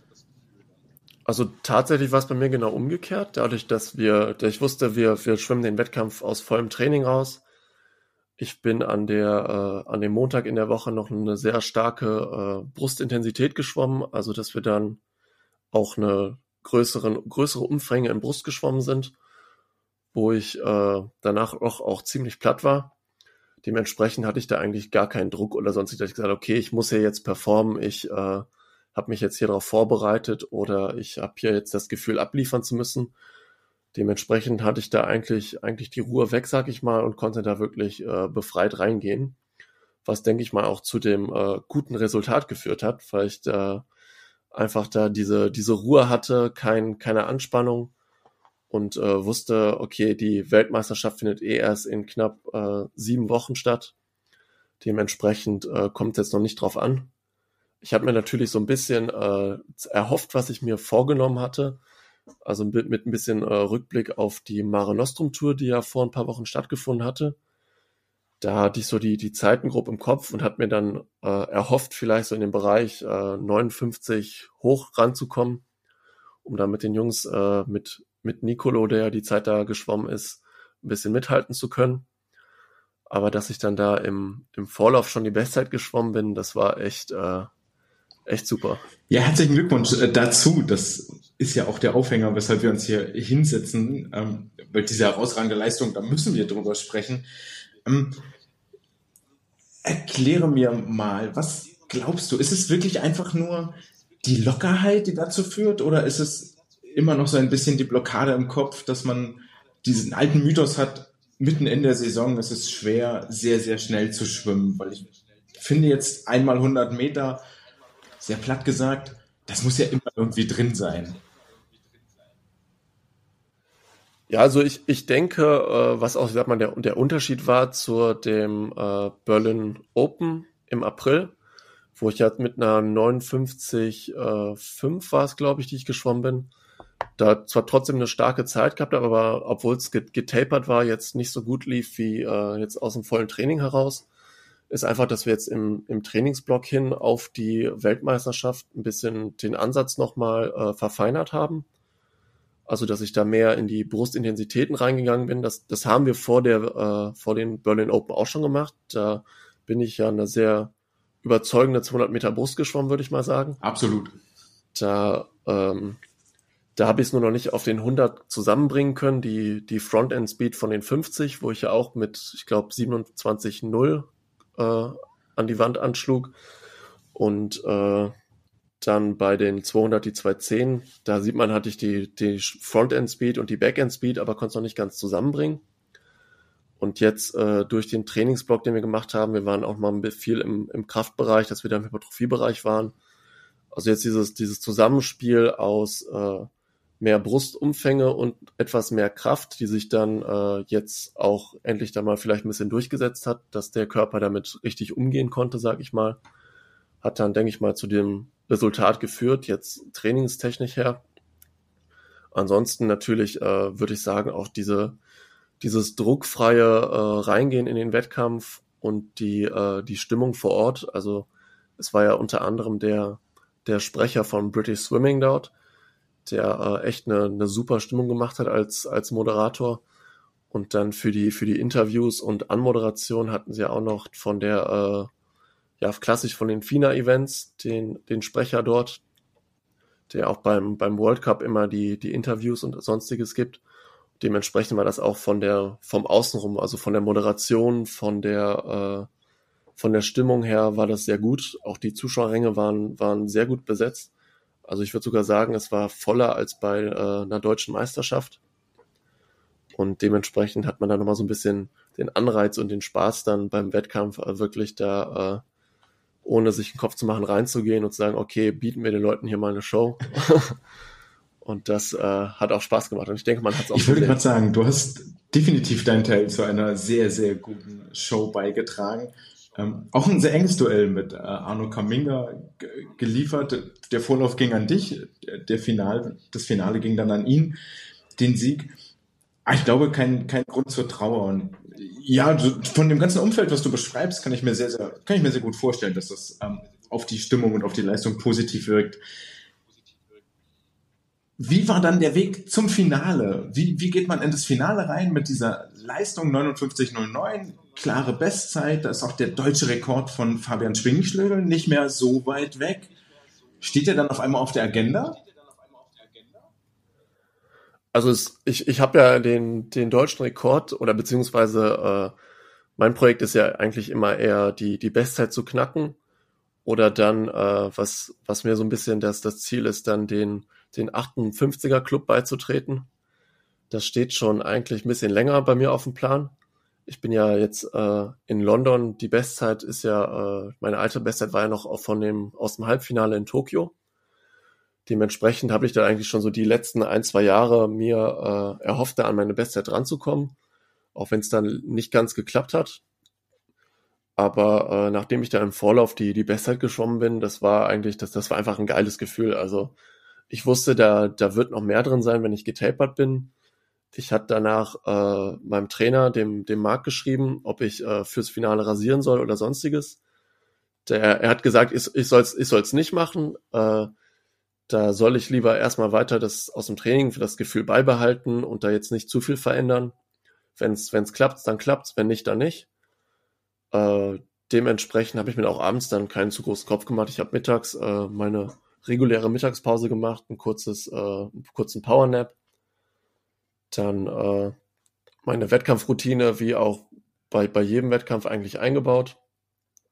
Also tatsächlich war es bei mir genau umgekehrt, dadurch, dass wir, dass ich wusste, wir, wir schwimmen den Wettkampf aus vollem Training raus. Ich bin an der, äh, an dem Montag in der Woche noch eine sehr starke äh, Brustintensität geschwommen, also dass wir dann auch eine größere, größere Umfänge in Brust geschwommen sind, wo ich äh, danach auch, auch ziemlich platt war. Dementsprechend hatte ich da eigentlich gar keinen Druck oder sonst, dass ich gesagt habe, okay, ich muss hier jetzt performen, ich äh, habe mich jetzt hier darauf vorbereitet oder ich habe hier jetzt das Gefühl, abliefern zu müssen. Dementsprechend hatte ich da eigentlich eigentlich die Ruhe weg, sag ich mal, und konnte da wirklich äh, befreit reingehen, was, denke ich mal, auch zu dem äh, guten Resultat geführt hat, weil ich da einfach da diese diese Ruhe hatte, kein, keine Anspannung und äh, wusste, okay, die Weltmeisterschaft findet eh erst in knapp äh, sieben Wochen statt. Dementsprechend äh, kommt es jetzt noch nicht drauf an. Ich habe mir natürlich so ein bisschen äh, erhofft, was ich mir vorgenommen hatte. Also mit, mit ein bisschen äh, Rückblick auf die Mare Nostrum Tour, die ja vor ein paar Wochen stattgefunden hatte. Da hatte ich so die, die Zeiten grob im Kopf und habe mir dann äh, erhofft, vielleicht so in den Bereich äh, neunundfünfzig hoch ranzukommen, um da mit den Jungs, äh, mit, mit Nicolo, der ja die Zeit da geschwommen ist, ein bisschen mithalten zu können. Aber dass ich dann da im, im Vorlauf schon die Bestzeit geschwommen bin, das war echt... Äh, Echt super. Ja, herzlichen Glückwunsch dazu. Das ist ja auch der Aufhänger, weshalb wir uns hier hinsetzen. Ähm, weil diese herausragende Leistung, da müssen wir drüber sprechen. Ähm, erkläre mir mal, was glaubst du? Ist es wirklich einfach nur die Lockerheit, die dazu führt, oder ist es immer noch so ein bisschen die Blockade im Kopf, dass man diesen alten Mythos hat, mitten in der Saison ist es schwer, sehr, sehr schnell zu schwimmen, weil ich finde jetzt einmal hundert Meter, sehr platt gesagt, das muss ja immer irgendwie drin sein. Ja, also ich, ich denke, äh, was auch, sag mal, der, der Unterschied war zu dem äh, Berlin Open im April, wo ich ja mit einer neunundfünfzig Komma fünf war es, glaube ich, die ich geschwommen bin, da zwar trotzdem eine starke Zeit gehabt habe, aber obwohl es getapert war, jetzt nicht so gut lief wie äh, jetzt aus dem vollen Training heraus, ist einfach, dass wir jetzt im, im Trainingsblock hin auf die Weltmeisterschaft ein bisschen den Ansatz nochmal äh, verfeinert haben. Also, dass ich da mehr in die Brustintensitäten reingegangen bin. Das, das haben wir vor der, äh, vor den Berlin Open auch schon gemacht. Da bin ich ja eine sehr überzeugende zweihundert Meter Brust geschwommen, würde ich mal sagen. Absolut. Da, ähm, da habe ich es nur noch nicht auf den hundert zusammenbringen können, die, die Frontend-Speed von den fünfzig, wo ich ja auch mit, ich glaube, siebenundzwanzig Komma null äh, an die Wand anschlug. Und äh, dann bei den zweihundert, die zwei zehn, da sieht man, hatte ich die, die Frontend-Speed und die Backend-Speed, aber konnte es noch nicht ganz zusammenbringen. Und jetzt äh, durch den Trainingsblock, den wir gemacht haben, wir waren auch mal viel im, im Kraftbereich, dass wir da im Hypertrophiebereich waren. Also jetzt dieses, dieses Zusammenspiel aus äh, mehr Brustumfänge und etwas mehr Kraft, die sich dann äh, jetzt auch endlich da mal vielleicht ein bisschen durchgesetzt hat, dass der Körper damit richtig umgehen konnte, sag ich mal, hat dann, denke ich mal, zu dem Resultat geführt, jetzt trainingstechnisch her. Ansonsten natürlich äh, würde ich sagen, auch diese dieses druckfreie äh, Reingehen in den Wettkampf und die äh, die Stimmung vor Ort. Also es war ja unter anderem der der Sprecher von British Swimming dort, der äh, echt eine, eine super Stimmung gemacht hat als als Moderator. Und dann für die für die Interviews und Anmoderation hatten sie auch noch von der äh, ja klassisch von den FINA-Events den den Sprecher dort, der auch beim beim World Cup immer die die Interviews und sonstiges gibt. Dementsprechend war das auch von der vom Außenrum, also von der Moderation, von der äh, von der Stimmung her war das sehr gut. Auch die Zuschauerränge waren waren sehr gut besetzt. Also ich würde sogar sagen, es war voller als bei äh, einer deutschen Meisterschaft. Und dementsprechend hat man da nochmal so ein bisschen den Anreiz und den Spaß dann beim Wettkampf äh, wirklich da, äh, ohne sich den Kopf zu machen, reinzugehen und zu sagen, okay, bieten wir den Leuten hier mal eine Show. Und das äh, hat auch Spaß gemacht. Und ich denke, man hat es auch Ich würde gerade sagen, du hast definitiv deinen Teil zu einer sehr, sehr guten Show beigetragen. Ähm, auch ein sehr enges Duell mit äh, Arno Kaminga g- geliefert. Der Vorlauf ging an dich, der Final, das Finale ging dann an ihn, den Sieg. Ah, Ich glaube, kein, kein Grund zur Trauer. Und ja, so von dem ganzen Umfeld, was du beschreibst, kann ich mir sehr, sehr, kann ich mir sehr gut vorstellen, dass das ähm, auf die Stimmung und auf die Leistung positiv wirkt. Wie war dann der Weg zum Finale? Wie, wie geht man in das Finale rein mit dieser Leistung neunundfünfzig Komma null neun? Klare Bestzeit, da ist auch der deutsche Rekord von Fabian Schwingenschlögl nicht mehr so weit weg. Steht er dann auf einmal auf der Agenda? Also es, ich, ich habe ja den, den deutschen Rekord oder beziehungsweise äh, mein Projekt ist ja eigentlich immer eher die, die Bestzeit zu knacken oder dann, äh, was, was mir so ein bisschen das, das Ziel ist, dann den, den achtundfünfziger Club beizutreten. Das steht schon eigentlich ein bisschen länger bei mir auf dem Plan. Ich bin ja jetzt äh, in London, die Bestzeit ist ja, äh, meine alte Bestzeit war ja noch auch von dem, aus dem Halbfinale in Tokio. Dementsprechend habe ich da eigentlich schon so die letzten ein, zwei Jahre mir äh, erhofft, da an meine Bestzeit ranzukommen, auch wenn es dann nicht ganz geklappt hat. Aber äh, nachdem ich da im Vorlauf die, die Bestzeit geschwommen bin, das war eigentlich, das, das war einfach ein geiles Gefühl. Also ich wusste, da, da wird noch mehr drin sein, wenn ich getapert bin. Ich hatte danach äh, meinem Trainer, dem, dem Marc, geschrieben, ob ich äh, fürs Finale rasieren soll oder sonstiges. Der, er hat gesagt, ich, ich soll es ich soll's nicht machen. Äh, Da soll ich lieber erstmal weiter das aus dem Training für das Gefühl beibehalten und da jetzt nicht zu viel verändern. Wenn es klappt, dann klappt's, wenn nicht, dann nicht. Äh, dementsprechend habe ich mir auch abends dann keinen zu großen Kopf gemacht. Ich habe mittags äh, meine reguläre Mittagspause gemacht, ein kurzes, äh, einen kurzen Powernap. Dann äh, meine Wettkampfroutine, wie auch bei, bei jedem Wettkampf eigentlich eingebaut.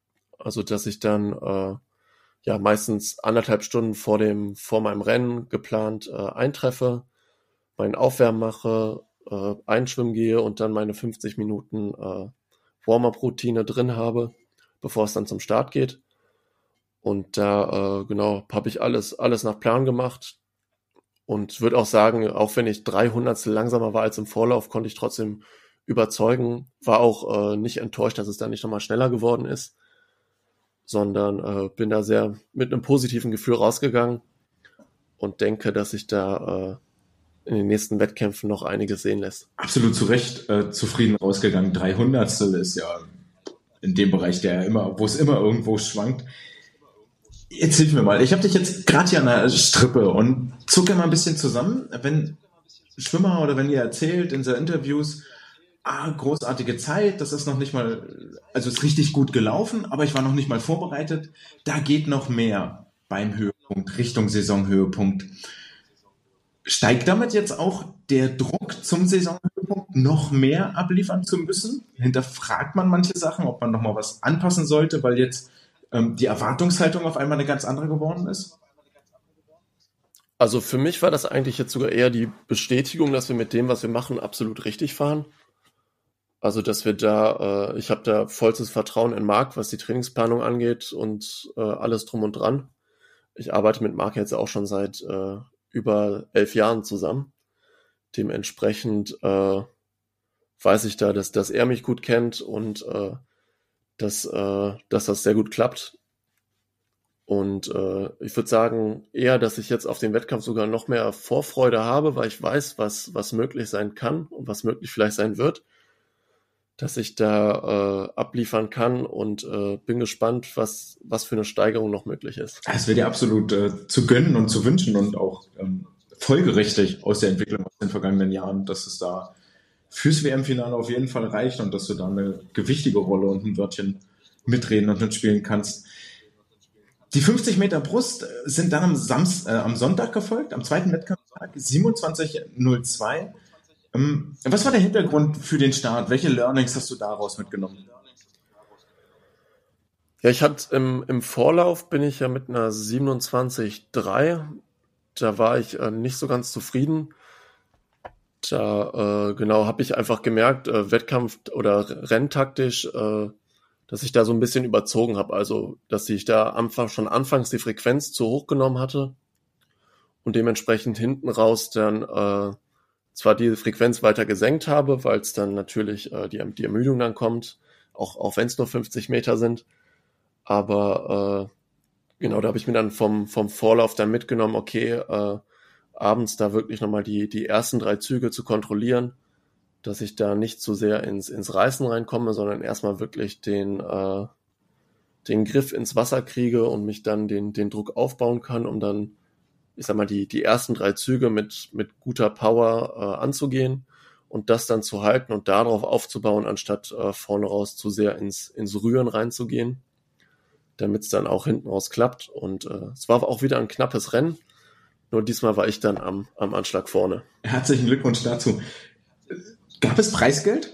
Also dass ich dann äh, ja meistens anderthalb Stunden vor dem vor meinem Rennen geplant äh, eintreffe, mein Aufwärmen mache, äh, einschwimmen gehe und dann meine fünfzig Minuten äh, Warm-up-Routine drin habe, bevor es dann zum Start geht. Und da äh, genau habe ich alles alles nach Plan gemacht und würde auch sagen, auch wenn ich drei Hundertstel langsamer war als im Vorlauf, konnte ich trotzdem überzeugen. War auch äh, nicht enttäuscht, dass es dann nicht nochmal schneller geworden ist, sondern äh, bin da sehr mit einem positiven Gefühl rausgegangen und denke, dass sich da äh, in den nächsten Wettkämpfen noch einiges sehen lässt. Absolut zu Recht äh, zufrieden rausgegangen. Drei Hundertstel ist ja in dem Bereich, der immer, wo es immer irgendwo schwankt. Jetzt hilf mir mal. Ich habe dich jetzt gerade hier an der Strippe und zucke mal ein bisschen zusammen, wenn Schwimmer oder wenn ihr erzählt in so Interviews, ah, großartige Zeit, das ist noch nicht mal, also ist richtig gut gelaufen, aber ich war noch nicht mal vorbereitet. Da geht noch mehr beim Höhepunkt, Richtung Saisonhöhepunkt. Steigt damit jetzt auch der Druck zum Saisonhöhepunkt, noch mehr abliefern zu müssen? Hinterfragt man manche Sachen, ob man nochmal was anpassen sollte, weil jetzt ähm, die Erwartungshaltung auf einmal eine ganz andere geworden ist? Also für mich war das eigentlich jetzt sogar eher die Bestätigung, dass wir mit dem, was wir machen, absolut richtig fahren. Also dass wir da, äh, ich habe da vollstes Vertrauen in Marc, was die Trainingsplanung angeht und äh, alles drum und dran. Ich arbeite mit Marc jetzt auch schon seit äh, über elf Jahren zusammen. Dementsprechend äh, weiß ich da, dass, dass er mich gut kennt und äh, dass, äh, dass das sehr gut klappt. Und äh, ich würde sagen eher, dass ich jetzt auf den Wettkampf sogar noch mehr Vorfreude habe, weil ich weiß, was, was möglich sein kann und was möglich vielleicht sein wird, dass ich da äh, abliefern kann und äh, bin gespannt, was, was für eine Steigerung noch möglich ist. Es wäre dir absolut äh, zu gönnen und zu wünschen und auch ähm, folgerichtig aus der Entwicklung aus den vergangenen Jahren, dass es da fürs W M-Finale auf jeden Fall reicht und dass du da eine gewichtige Rolle und ein Wörtchen mitreden und mitspielen kannst. Die fünfzig Meter Brust sind dann am, Samst, äh, am Sonntag gefolgt, am zweiten Wettkampftag, siebenundzwanzig null zwei. Ähm, was war der Hintergrund für den Start? Welche Learnings hast du daraus mitgenommen? Ja, ich hatte im, im Vorlauf bin ich ja mit einer siebenundzwanzig drei. Da war ich äh, nicht so ganz zufrieden. Da äh, genau habe ich einfach gemerkt, äh, Wettkampf oder renntaktisch, äh, dass ich da so ein bisschen überzogen habe. Also, dass ich da einfach schon anfangs die Frequenz zu hoch genommen hatte und dementsprechend hinten raus dann äh, zwar die Frequenz weiter gesenkt habe, weil es dann natürlich äh, die, die Ermüdung dann kommt, auch, auch wenn es nur fünfzig Meter sind. Aber äh, genau, da habe ich mir dann vom, vom Vorlauf dann mitgenommen, okay, äh, abends da wirklich nochmal die, die ersten drei Züge zu kontrollieren, dass ich da nicht zu sehr ins, ins Reißen reinkomme, sondern erstmal wirklich den, äh, den Griff ins Wasser kriege und mich dann den, den Druck aufbauen kann, um dann, ich sag mal, die, die ersten drei Züge mit, mit guter Power äh, anzugehen und das dann zu halten und darauf aufzubauen, anstatt äh, vorne raus zu sehr ins, ins Rühren reinzugehen, damit es dann auch hinten raus klappt. Und äh, es war auch wieder ein knappes Rennen, nur diesmal war ich dann am, am Anschlag vorne. Herzlichen Glückwunsch dazu. Gab es Preisgeld?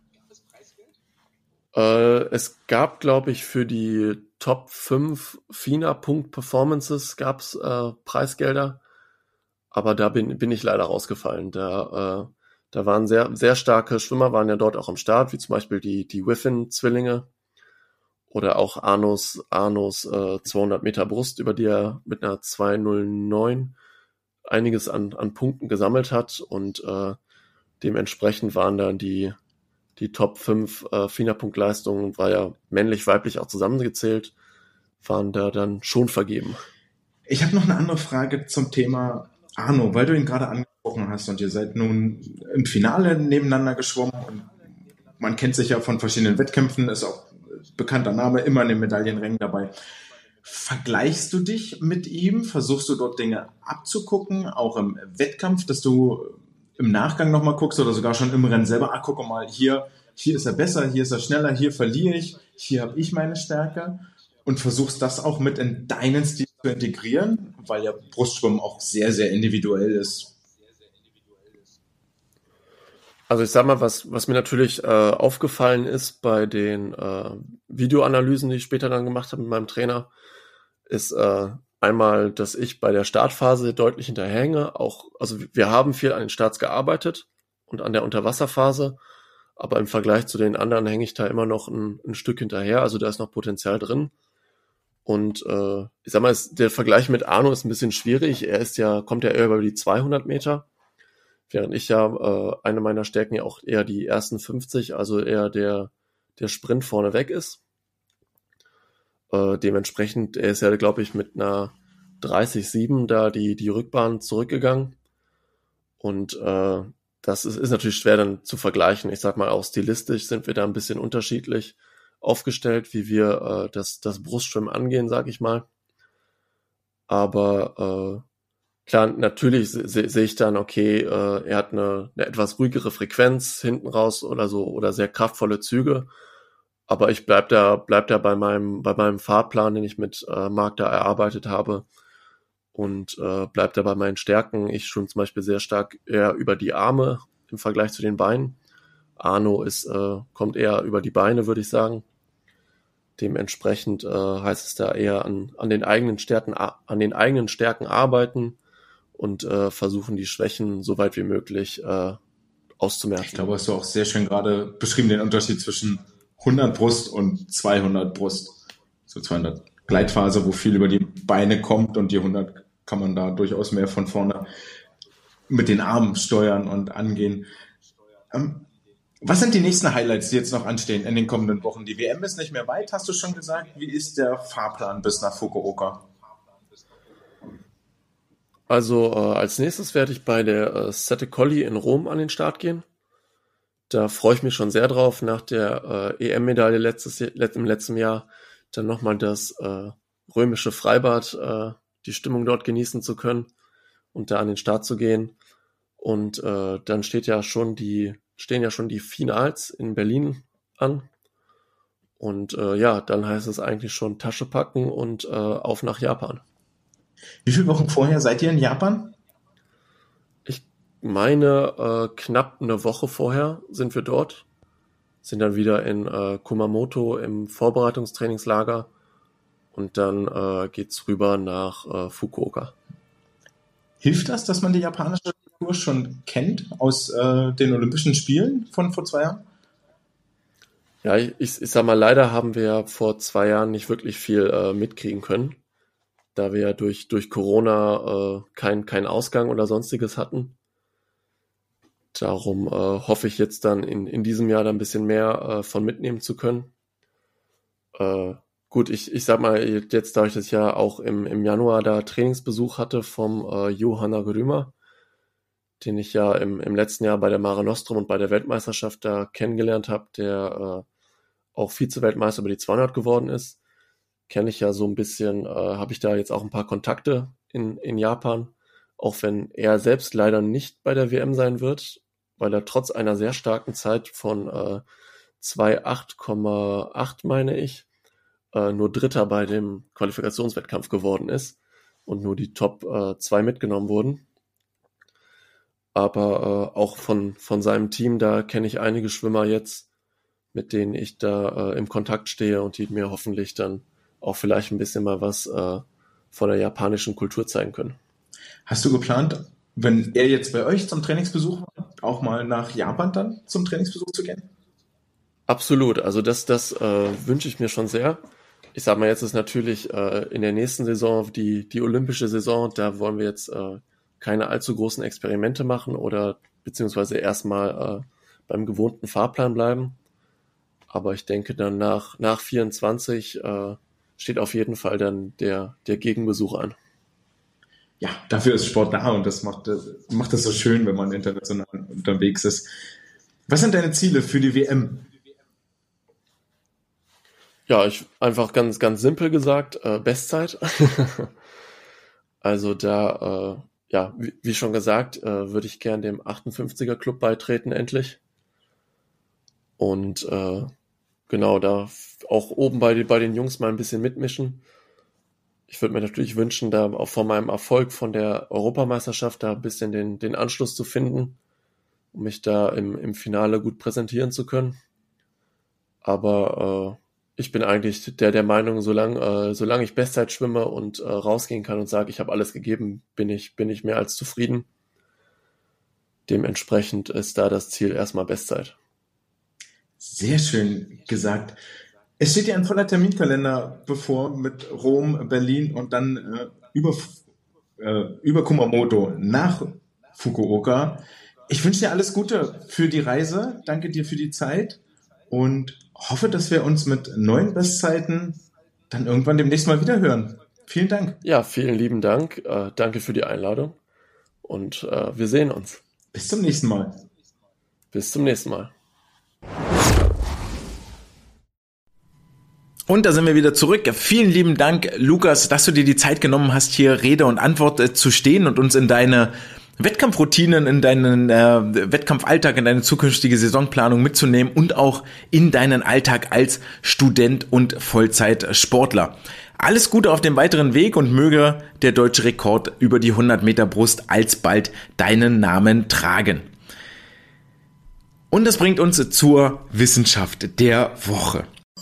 Äh, es gab, glaube ich, für die Top fünf FINA-Punkt-Performances gab es äh, Preisgelder, aber da bin, bin ich leider rausgefallen. Da, äh, da waren sehr, sehr starke Schwimmer, waren ja dort auch am Start, wie zum Beispiel die, die Whiffen-Zwillinge oder auch Arnos, Arnos äh, zweihundert Meter Brust, über die er mit einer zwei null neun einiges an, an Punkten gesammelt hat und äh, dementsprechend waren da die, die Top fünf äh, FINA-Punktleistungen, war ja männlich-weiblich auch zusammengezählt, waren da dann schon vergeben. Ich habe noch eine andere Frage zum Thema Arno, weil du ihn gerade angesprochen hast und ihr seid nun im Finale nebeneinander geschwommen und man kennt sich ja von verschiedenen Wettkämpfen, ist auch bekannter Name, immer in den Medaillenrängen dabei. Vergleichst du dich mit ihm? Versuchst du dort Dinge abzugucken, auch im Wettkampf, dass du im Nachgang nochmal guckst oder sogar schon im Rennen selber, ah, guck mal, hier, hier ist er besser, hier ist er schneller, hier verliere ich, hier habe ich meine Stärke und versuchst das auch mit in deinen Stil zu integrieren, weil ja Brustschwimmen auch sehr, sehr individuell ist. Also ich sag mal, was, was mir natürlich äh, aufgefallen ist bei den äh, Videoanalysen, die ich später dann gemacht habe mit meinem Trainer, ist äh, einmal, dass ich bei der Startphase deutlich hinterhänge. Auch, also wir haben viel an den Starts gearbeitet und an der Unterwasserphase, aber im Vergleich zu den anderen hänge ich da immer noch ein, ein Stück hinterher. Also da ist noch Potenzial drin. Und äh, ich sag mal, es, der Vergleich mit Arno ist ein bisschen schwierig. Er ist ja, kommt ja eher über die zweihundert Meter, während ich ja äh, eine meiner Stärken ja auch eher die ersten fünfzig, also eher der der Sprint vorne weg ist. Äh, dementsprechend, er ist ja, glaube ich, mit einer dreißig Komma sieben da die die Rückbahn zurückgegangen. Und äh, das ist, ist natürlich schwer dann zu vergleichen. Ich sag mal, auch stilistisch sind wir da ein bisschen unterschiedlich aufgestellt, wie wir äh, das, das Brustschwimmen angehen, sag ich mal. Aber äh, klar, natürlich se- se- sehe ich dann, okay, äh, er hat eine, eine etwas ruhigere Frequenz hinten raus oder so oder sehr kraftvolle Züge. Aber ich bleib da, bleib da bei meinem, bei meinem Fahrplan, den ich mit äh, Marc da erarbeitet habe und äh, bleib da bei meinen Stärken. Ich schwimme zum Beispiel sehr stark eher über die Arme im Vergleich zu den Beinen. Arno ist, äh, kommt eher über die Beine, würde ich sagen. Dementsprechend äh, heißt es da eher an, an den eigenen Stärken, an den eigenen Stärken arbeiten und äh, versuchen, die Schwächen so weit wie möglich äh, auszumerzen. Ich glaube, hast du auch sehr schön gerade beschrieben, den Unterschied zwischen hundert Brust und zweihundert Brust. So zweihundert Gleitphase, wo viel über die Beine kommt, und die hundert kann man da durchaus mehr von vorne mit den Armen steuern und angehen. Ähm, Was sind die nächsten Highlights, die jetzt noch anstehen in den kommenden Wochen? Die W M ist nicht mehr weit, hast du schon gesagt. Wie ist der Fahrplan bis nach Fukuoka? Also äh, als nächstes werde ich bei der äh, Sette Colli in Rom an den Start gehen. Da freue ich mich schon sehr drauf, nach der äh, E M-Medaille letztes, let, im letzten Jahr dann nochmal das äh, römische Freibad, äh, die Stimmung dort genießen zu können und da an den Start zu gehen. Und äh, dann steht ja schon die, stehen ja schon die Finals in Berlin an. Und äh, ja, dann heißt es eigentlich schon Tasche packen und äh, auf nach Japan. Wie viele Wochen vorher seid ihr in Japan? Ich meine, äh, knapp eine Woche vorher sind wir dort, sind dann wieder in äh, Kumamoto im Vorbereitungstrainingslager und dann äh, geht's rüber nach äh, Fukuoka. Hilft das, dass man die japanische Kultur schon kennt aus äh, den Olympischen Spielen von vor zwei Jahren? Ja, ich, ich, ich sag mal, leider haben wir ja vor zwei Jahren nicht wirklich viel äh, mitkriegen können, da wir ja durch, durch Corona äh, keinen kein Ausgang oder sonstiges hatten. Darum äh, hoffe ich jetzt dann in, in diesem Jahr da ein bisschen mehr äh, von mitnehmen zu können. Äh, gut, ich, ich sag mal, jetzt dadurch, dass ich ja auch im, im Januar da Trainingsbesuch hatte vom äh, Johan Naguruma, den ich ja im, im letzten Jahr bei der Mare Nostrum und bei der Weltmeisterschaft da kennengelernt habe, der äh, auch Vize-Weltmeister über die zweihundert geworden ist, kenne ich ja so ein bisschen, äh, habe ich da jetzt auch ein paar Kontakte in, in Japan, auch wenn er selbst leider nicht bei der W M sein wird, weil er trotz einer sehr starken Zeit von äh, zwei Komma acht Komma acht, meine ich, äh, nur Dritter bei dem Qualifikationswettkampf geworden ist und nur die Top äh, zwei mitgenommen wurden. Aber äh, auch von, von seinem Team, da kenne ich einige Schwimmer jetzt, mit denen ich da äh, im Kontakt stehe und die mir hoffentlich dann auch vielleicht ein bisschen mal was äh, von der japanischen Kultur zeigen können. Hast du geplant, wenn er jetzt bei euch zum Trainingsbesuch war, auch mal nach Japan dann zum Trainingsbesuch zu gehen? Absolut, also das, das äh, wünsche ich mir schon sehr. Ich sag mal, jetzt ist natürlich äh, in der nächsten Saison die, die olympische Saison, da wollen wir jetzt äh, keine allzu großen Experimente machen oder beziehungsweise erstmal äh, beim gewohnten Fahrplan bleiben. Aber ich denke dann nach, nach vierundzwanzig äh, steht auf jeden Fall dann der, der Gegenbesuch an. Ja, dafür ist Sport da, und das macht, macht es so schön, wenn man international unterwegs ist. Was sind deine Ziele für die W M? Ja, ich einfach ganz, ganz simpel gesagt, äh, Bestzeit. Also da, äh, ja, wie, wie schon gesagt, äh, würde ich gern dem achtundfünfziger Club beitreten endlich. Und äh, genau, da auch oben bei, bei den Jungs mal ein bisschen mitmischen. Ich würde mir natürlich wünschen, da auch von meinem Erfolg von der Europameisterschaft da ein bisschen den, den Anschluss zu finden um mich da im, im Finale gut präsentieren zu können. Aber äh, ich bin eigentlich der der Meinung, solange äh, solange ich Bestzeit schwimme und äh, rausgehen kann und sage, ich habe alles gegeben, bin ich bin ich mehr als zufrieden. Dementsprechend ist da das Ziel erstmal Bestzeit. Sehr schön gesagt. Es steht ja ein voller Terminkalender bevor mit Rom, Berlin und dann äh, über, äh, über Kumamoto nach Fukuoka. Ich wünsche dir alles Gute für die Reise. Danke dir für die Zeit und hoffe, dass wir uns mit neuen Bestzeiten dann irgendwann demnächst mal wieder hören. Vielen Dank. Ja, vielen lieben Dank. Äh, danke für die Einladung und äh, wir sehen uns. Bis zum nächsten Mal. Bis zum nächsten Mal. Und da sind wir wieder zurück. Vielen lieben Dank, Lukas, dass du dir die Zeit genommen hast, hier Rede und Antwort äh, zu stehen und uns in deine Wettkampfroutinen, in deinen äh, Wettkampfalltag, in deine zukünftige Saisonplanung mitzunehmen und auch in deinen Alltag als Student und Vollzeitsportler. Alles Gute auf dem weiteren Weg und möge der deutsche Rekord über die hundert Meter Brust alsbald deinen Namen tragen. Und das bringt uns zur Wissenschaft der Woche.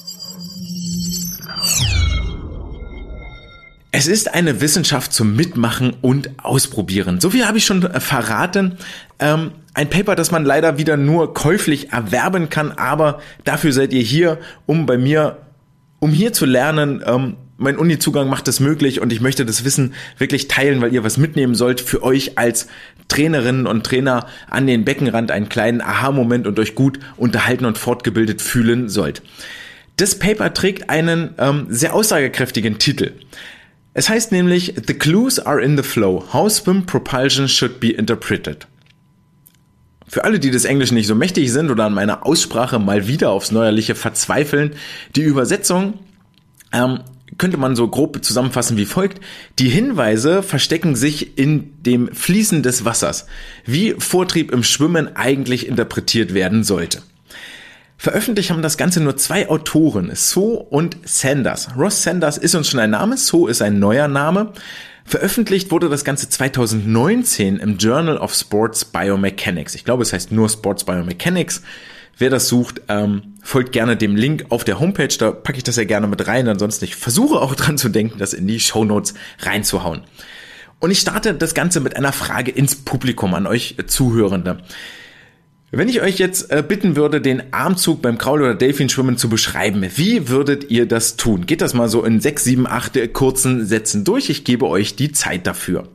Es ist eine Wissenschaft zum Mitmachen und Ausprobieren. So viel habe ich schon verraten. Ähm, ein Paper, das man leider wieder nur käuflich erwerben kann, aber dafür seid ihr hier, um bei mir, um hier zu lernen. Ähm, mein Uni-Zugang macht es möglich und ich möchte das Wissen wirklich teilen, weil ihr was mitnehmen sollt für euch als Trainerinnen und Trainer an den Beckenrand, einen kleinen Aha-Moment und euch gut unterhalten und fortgebildet fühlen sollt. Das Paper trägt einen ähm, sehr aussagekräftigen Titel. Es heißt nämlich, The clues are in the flow. How swim propulsion should be interpreted. Für alle, die des Englischen nicht so mächtig sind oder an meiner Aussprache mal wieder aufs Neuerliche verzweifeln, die Übersetzung ähm, könnte man so grob zusammenfassen wie folgt. Die Hinweise verstecken sich in dem Fließen des Wassers, wie Vortrieb im Schwimmen eigentlich interpretiert werden sollte. Veröffentlicht haben das Ganze nur zwei Autoren, So und Sanders. Ross Sanders ist uns schon ein Name, So ist ein neuer Name. Veröffentlicht wurde das Ganze zwanzig neunzehn im Journal of Sports Biomechanics. Ich glaube, es heißt nur Sports Biomechanics. Wer das sucht, ähm, folgt gerne dem Link auf der Homepage, da packe ich das ja gerne mit rein. Ansonsten, ich versuche auch dran zu denken, das in die Shownotes reinzuhauen. Und ich starte das Ganze mit einer Frage ins Publikum an euch Zuhörende. Wenn ich euch jetzt äh, bitten würde, den Armzug beim Kraul- oder Delfinschwimmen zu beschreiben, wie würdet ihr das tun? Geht das mal so in sechs, sieben, acht kurzen Sätzen durch? Ich gebe euch die Zeit dafür.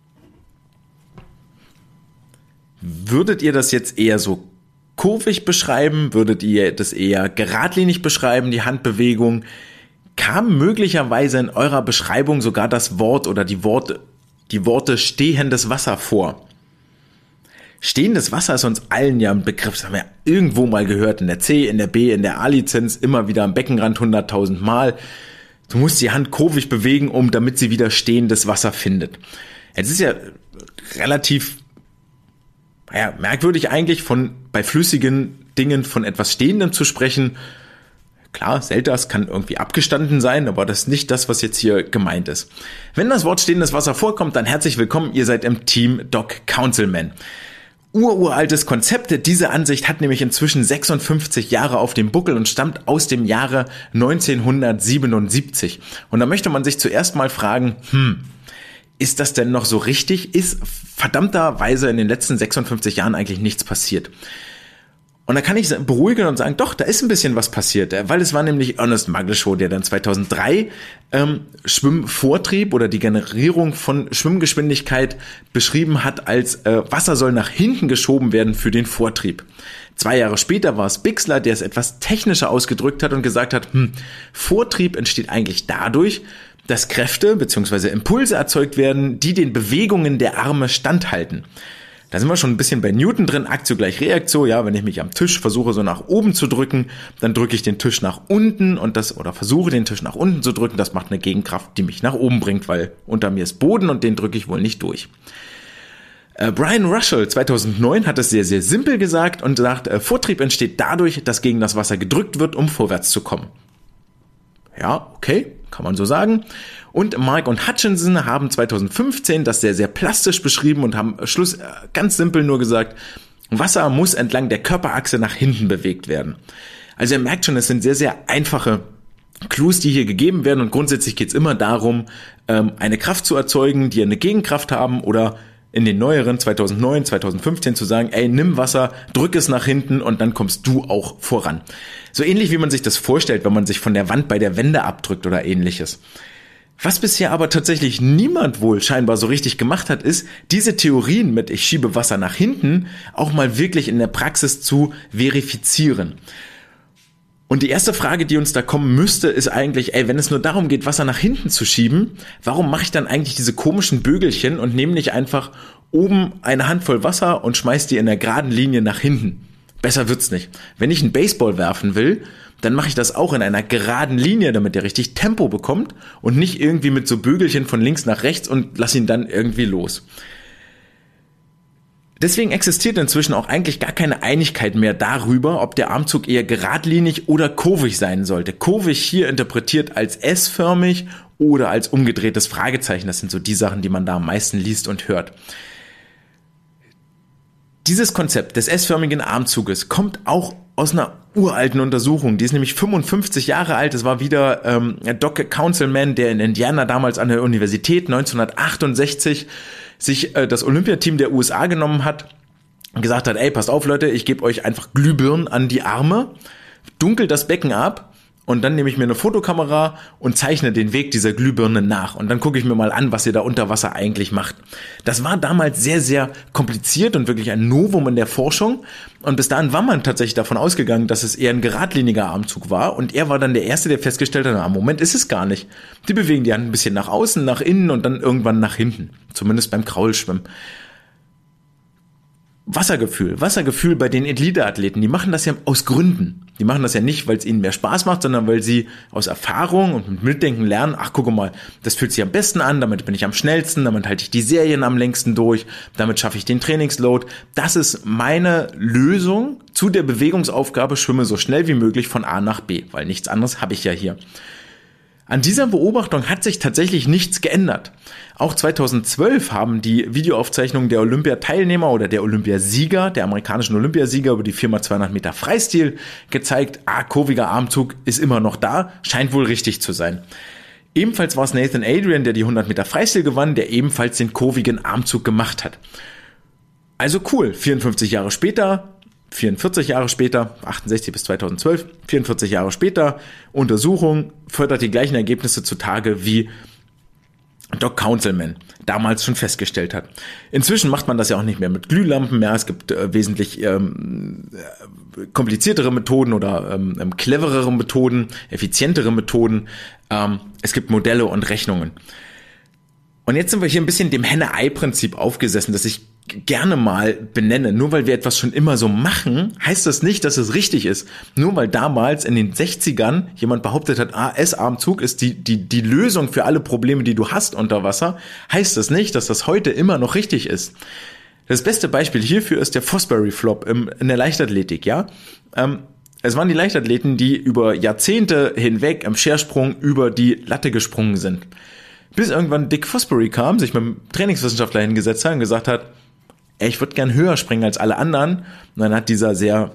Würdet ihr das jetzt eher so kurvig beschreiben? Würdet ihr das eher geradlinig beschreiben, die Handbewegung? Kam möglicherweise in eurer Beschreibung sogar das Wort oder die Worte, die Worte stehendes Wasser vor? Stehendes Wasser ist uns allen ja ein Begriff, das haben wir irgendwo mal gehört, in der C, in der B, in der A-Lizenz, immer wieder am Beckenrand hunderttausend Mal. Du musst die Hand kurvig bewegen, um damit sie wieder stehendes Wasser findet. Jetzt ist ja relativ naja, merkwürdig eigentlich, von bei flüssigen Dingen von etwas Stehendem zu sprechen. Klar, Selters kann irgendwie abgestanden sein, aber das ist nicht das, was jetzt hier gemeint ist. Wenn das Wort stehendes Wasser vorkommt, dann herzlich willkommen, ihr seid im Team Doc Councilman. Ururaltes Konzept. Diese Ansicht hat nämlich inzwischen sechsundfünfzig Jahre auf dem Buckel und stammt aus dem Jahre neunzehnhundertsiebenundsiebzig. Und da möchte man sich zuerst mal fragen, hm, ist das denn noch so richtig? Ist verdammterweise in den letzten sechsundfünfzig Jahren eigentlich nichts passiert? Und da kann ich beruhigen und sagen, doch, da ist ein bisschen was passiert, weil es war nämlich Ernest Maglishow, der dann zweitausenddrei ähm, Schwimmvortrieb oder die Generierung von Schwimmgeschwindigkeit beschrieben hat als äh, Wasser soll nach hinten geschoben werden für den Vortrieb. Zwei Jahre später war es Bixler, der es etwas technischer ausgedrückt hat und gesagt hat, hm, Vortrieb entsteht eigentlich dadurch, dass Kräfte bzw. Impulse erzeugt werden, die den Bewegungen der Arme standhalten. Da sind wir schon ein bisschen bei Newton drin, Aktio gleich Reaktio, ja, wenn ich mich am Tisch versuche so nach oben zu drücken, dann drücke ich den Tisch nach unten und das, oder versuche den Tisch nach unten zu drücken, das macht eine Gegenkraft, die mich nach oben bringt, weil unter mir ist Boden und den drücke ich wohl nicht durch. Äh, Brian Russell zweitausendneun hat es sehr, sehr simpel gesagt und sagt, äh, Vortrieb entsteht dadurch, dass gegen das Wasser gedrückt wird, um vorwärts zu kommen. Ja, okay, kann man so sagen. Und Mark und Hutchinson haben zweitausendfünfzehn das sehr, sehr plastisch beschrieben und haben Schluss ganz simpel nur gesagt, Wasser muss entlang der Körperachse nach hinten bewegt werden. Also ihr merkt schon, es sind sehr, sehr einfache Clues, die hier gegeben werden und grundsätzlich geht es immer darum, eine Kraft zu erzeugen, die eine Gegenkraft haben oder in den neueren zweitausendneun, zweitausendfünfzehn zu sagen, ey, nimm Wasser, drück es nach hinten und dann kommst du auch voran. So ähnlich wie man sich das vorstellt, wenn man sich von der Wand bei der Wende abdrückt oder ähnliches. Was bisher aber tatsächlich niemand wohl scheinbar so richtig gemacht hat, ist, diese Theorien mit ich schiebe Wasser nach hinten auch mal wirklich in der Praxis zu verifizieren. Und die erste Frage, die uns da kommen müsste, ist eigentlich, ey, wenn es nur darum geht, Wasser nach hinten zu schieben, warum mache ich dann eigentlich diese komischen Bögelchen und nehme nicht einfach oben eine Handvoll Wasser und schmeiß die in der geraden Linie nach hinten? Besser wird's nicht. Wenn ich einen Baseball werfen will, dann mache ich das auch in einer geraden Linie, damit der richtig Tempo bekommt und nicht irgendwie mit so Bögelchen von links nach rechts und lass ihn dann irgendwie los. Deswegen existiert inzwischen auch eigentlich gar keine Einigkeit mehr darüber, ob der Armzug eher geradlinig oder kurvig sein sollte. Kurvig hier interpretiert als S-förmig oder als umgedrehtes Fragezeichen. Das sind so die Sachen, die man da am meisten liest und hört. Dieses Konzept des S-förmigen Armzuges kommt auch aus einer uralten Untersuchung. Die ist nämlich fünfundfünfzig Jahre alt. Es war wieder ähm, Doc Councilman, der in Indiana damals an der Universität neunzehnhundertachtundsechzig sich äh, das Olympiateam der U S A genommen hat und gesagt hat, ey, passt auf Leute, ich gebe euch einfach Glühbirnen an die Arme, dunkel das Becken ab und dann nehme ich mir eine Fotokamera und zeichne den Weg dieser Glühbirne nach und dann gucke ich mir mal an, was ihr da unter Wasser eigentlich macht. Das war damals sehr, sehr kompliziert und wirklich ein Novum in der Forschung und bis dahin war man tatsächlich davon ausgegangen, dass es eher ein geradliniger Armzug war und er war dann der Erste, der festgestellt hat, na, im Moment ist es gar nicht. Die bewegen die Hand ein bisschen nach außen, nach innen und dann irgendwann nach hinten, zumindest beim Kraulschwimmen. Wassergefühl, Wassergefühl bei den Elite-Athleten, die machen das ja aus Gründen. Die machen das ja nicht, weil es ihnen mehr Spaß macht, sondern weil sie aus Erfahrung und mit Mitdenken lernen, ach guck mal, das fühlt sich am besten an, damit bin ich am schnellsten, damit halte ich die Serien am längsten durch, damit schaffe ich den Trainingsload. Das ist meine Lösung zu der Bewegungsaufgabe, schwimme so schnell wie möglich von A nach B, weil nichts anderes habe ich ja hier. An dieser Beobachtung hat sich tatsächlich nichts geändert. Auch zweitausendzwölf haben die Videoaufzeichnungen der Olympiateilnehmer oder der Olympiasieger, der amerikanischen Olympiasieger über die vier mal zweihundert Meter Freistil gezeigt, ah, kurviger Armzug ist immer noch da, scheint wohl richtig zu sein. Ebenfalls war es Nathan Adrian, der die hundert Meter Freistil gewann, der ebenfalls den kurvigen Armzug gemacht hat. Also cool, vierundfünfzig Jahre später, vierundvierzig Jahre später, achtundsechzig bis zweitausendzwölf, vierundvierzig Jahre später, Untersuchung fördert die gleichen Ergebnisse zutage wie Doc Councilman damals schon festgestellt hat. Inzwischen macht man das ja auch nicht mehr mit Glühlampen mehr. Es gibt äh, wesentlich ähm, kompliziertere Methoden oder ähm, cleverere Methoden, effizientere Methoden. Ähm, es gibt Modelle und Rechnungen. Und jetzt sind wir hier ein bisschen dem Henne-Ei-Prinzip aufgesessen, das ich gerne mal benenne. Nur weil wir etwas schon immer so machen, heißt das nicht, dass es richtig ist. Nur weil damals in den sechzigern jemand behauptet hat, ah, S-Armzug ist die, die, die Lösung für alle Probleme, die du hast unter Wasser, heißt das nicht, dass das heute immer noch richtig ist. Das beste Beispiel hierfür ist der Fosbury Flop im, in der Leichtathletik, ja. Ähm, es waren die Leichtathleten, die über Jahrzehnte hinweg im Schersprung über die Latte gesprungen sind. Bis irgendwann Dick Fosbury kam, sich mit dem Trainingswissenschaftler hingesetzt hat und gesagt hat, ey, ich würde gern höher springen als alle anderen. Und dann hat dieser sehr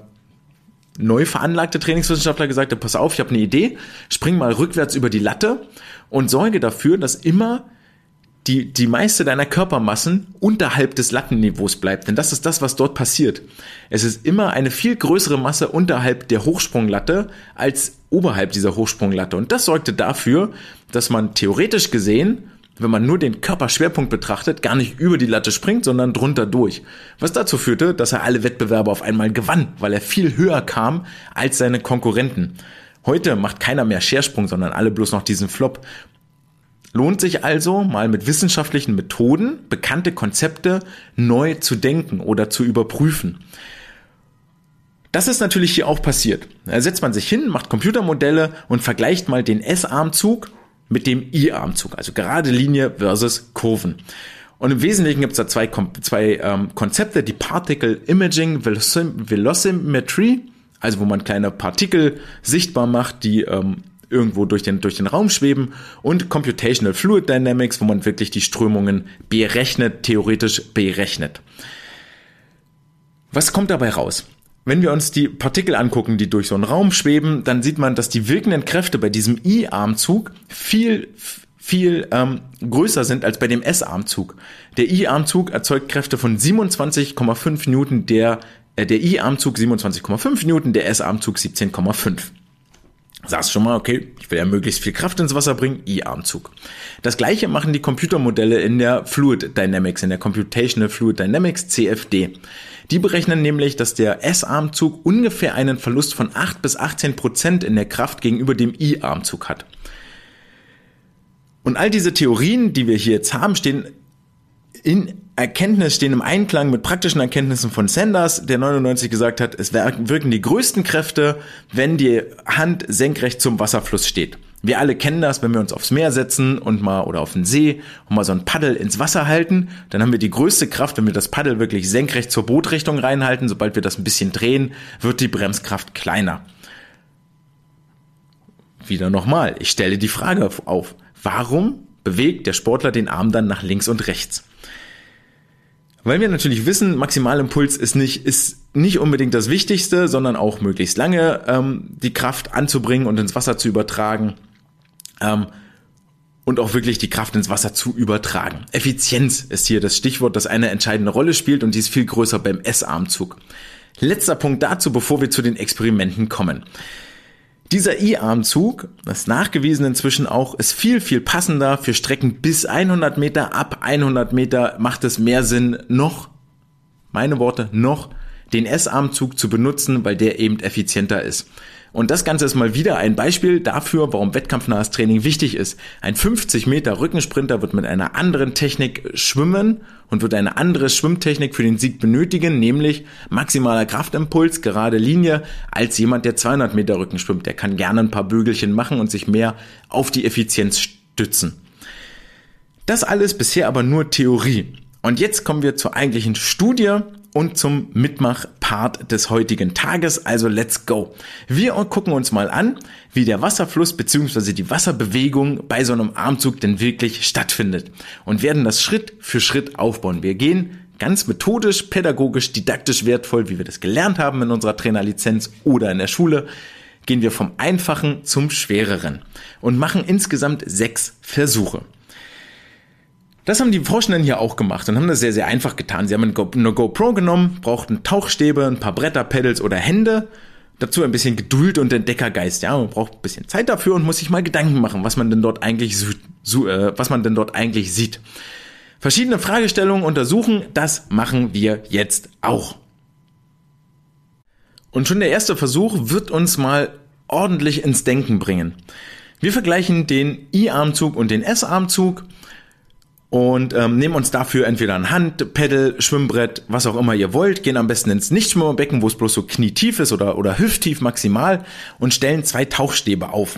neu veranlagte Trainingswissenschaftler gesagt, pass auf, ich habe eine Idee, spring mal rückwärts über die Latte und sorge dafür, dass immer die, die meiste deiner Körpermassen unterhalb des Lattenniveaus bleibt. Denn das ist das, was dort passiert. Es ist immer eine viel größere Masse unterhalb der Hochsprunglatte als oberhalb dieser Hochsprunglatte. Und das sorgte dafür, dass man theoretisch gesehen, wenn man nur den Körperschwerpunkt betrachtet, gar nicht über die Latte springt, sondern drunter durch. Was dazu führte, dass er alle Wettbewerbe auf einmal gewann, weil er viel höher kam als seine Konkurrenten. Heute macht keiner mehr Schersprung, sondern alle bloß noch diesen Flop. Lohnt sich also, mal mit wissenschaftlichen Methoden bekannte Konzepte neu zu denken oder zu überprüfen. Das ist natürlich hier auch passiert. Da setzt man sich hin, macht Computermodelle und vergleicht mal den S-Armzug mit dem I-Armzug, also gerade Linie versus Kurven. Und im Wesentlichen gibt es da zwei, zwei ähm, Konzepte, die Particle Imaging Velocimetry, also wo man kleine Partikel sichtbar macht, die ähm, irgendwo durch den, durch den Raum schweben, und Computational Fluid Dynamics, wo man wirklich die Strömungen berechnet, theoretisch berechnet. Was kommt dabei raus? Wenn wir uns die Partikel angucken, die durch so einen Raum schweben, dann sieht man, dass die wirkenden Kräfte bei diesem I-Armzug viel, viel ähm, größer sind als bei dem S-Armzug. Der I-Armzug erzeugt Kräfte von siebenundzwanzig Komma fünf Newton, der, äh, der I-Armzug siebenundzwanzig Komma fünf Newton, der S-Armzug siebzehn Komma fünf. Sagst schon mal, okay, ich will ja möglichst viel Kraft ins Wasser bringen, I-Armzug. Das gleiche machen die Computermodelle in der Fluid Dynamics, in der Computational Fluid Dynamics, C F D. Die berechnen nämlich, dass der S-Armzug ungefähr einen Verlust von acht bis achtzehn Prozent in der Kraft gegenüber dem I-Armzug hat. Und all diese Theorien, die wir hier jetzt haben, stehen in Erkenntnis, stehen im Einklang mit praktischen Erkenntnissen von Sanders, der neunundneunzig gesagt hat, es wirken die größten Kräfte, wenn die Hand senkrecht zum Wasserfluss steht. Wir alle kennen das, wenn wir uns aufs Meer setzen und mal oder auf den See und mal so ein Paddel ins Wasser halten, dann haben wir die größte Kraft, wenn wir das Paddel wirklich senkrecht zur Bootrichtung reinhalten. Sobald wir das ein bisschen drehen, wird die Bremskraft kleiner. Wieder nochmal, ich stelle die Frage auf, warum bewegt der Sportler den Arm dann nach links und rechts? Weil wir natürlich wissen, Maximalimpuls ist nicht, ist nicht unbedingt das Wichtigste, sondern auch möglichst lange ähm, die Kraft anzubringen und ins Wasser zu übertragen ähm, und auch wirklich die Kraft ins Wasser zu übertragen. Effizienz ist hier das Stichwort, das eine entscheidende Rolle spielt und die ist viel größer beim S-Armzug. Letzter Punkt dazu, bevor wir zu den Experimenten kommen. Dieser I-Armzug, das ist nachgewiesen inzwischen auch, ist viel, viel passender für Strecken bis hundert Meter. Ab hundert Meter macht es mehr Sinn, noch, meine Worte, noch den S-Armzug zu benutzen, weil der eben effizienter ist. Und das Ganze ist mal wieder ein Beispiel dafür, warum wettkampfnahes Training wichtig ist. Ein fünfzig Meter Rückensprinter wird mit einer anderen Technik schwimmen und wird eine andere Schwimmtechnik für den Sieg benötigen, nämlich maximaler Kraftimpuls, gerade Linie, als jemand, der zweihundert Meter Rücken schwimmt. Der kann gerne ein paar Bögelchen machen und sich mehr auf die Effizienz stützen. Das alles bisher aber nur Theorie. Und jetzt kommen wir zur eigentlichen Studie und zum Mitmach-Part des heutigen Tages, also let's go. Wir gucken uns mal an, wie der Wasserfluss bzw. die Wasserbewegung bei so einem Armzug denn wirklich stattfindet und werden das Schritt für Schritt aufbauen. Wir gehen ganz methodisch, pädagogisch, didaktisch wertvoll, wie wir das gelernt haben in unserer Trainerlizenz oder in der Schule, gehen wir vom Einfachen zum Schwereren und machen insgesamt sechs Versuche. Das haben die Forschenden hier auch gemacht und haben das sehr, sehr einfach getan. Sie haben eine GoPro genommen, brauchten Tauchstäbe, ein paar Bretter, Pedals oder Hände, dazu ein bisschen Geduld und Entdeckergeist. Ja, man braucht ein bisschen Zeit dafür und muss sich mal Gedanken machen, was man denn dort eigentlich, so, äh, was man denn dort eigentlich sieht. Verschiedene Fragestellungen untersuchen, das machen wir jetzt auch. Und schon der erste Versuch wird uns mal ordentlich ins Denken bringen. Wir vergleichen den I-Armzug und den S-Armzug und ähm, nehmen uns dafür entweder ein Hand, Pedal, Schwimmbrett, was auch immer ihr wollt, gehen am besten ins Nichtschwimmerbecken, wo es bloß so knietief ist oder, oder hüfttief maximal und stellen zwei Tauchstäbe auf.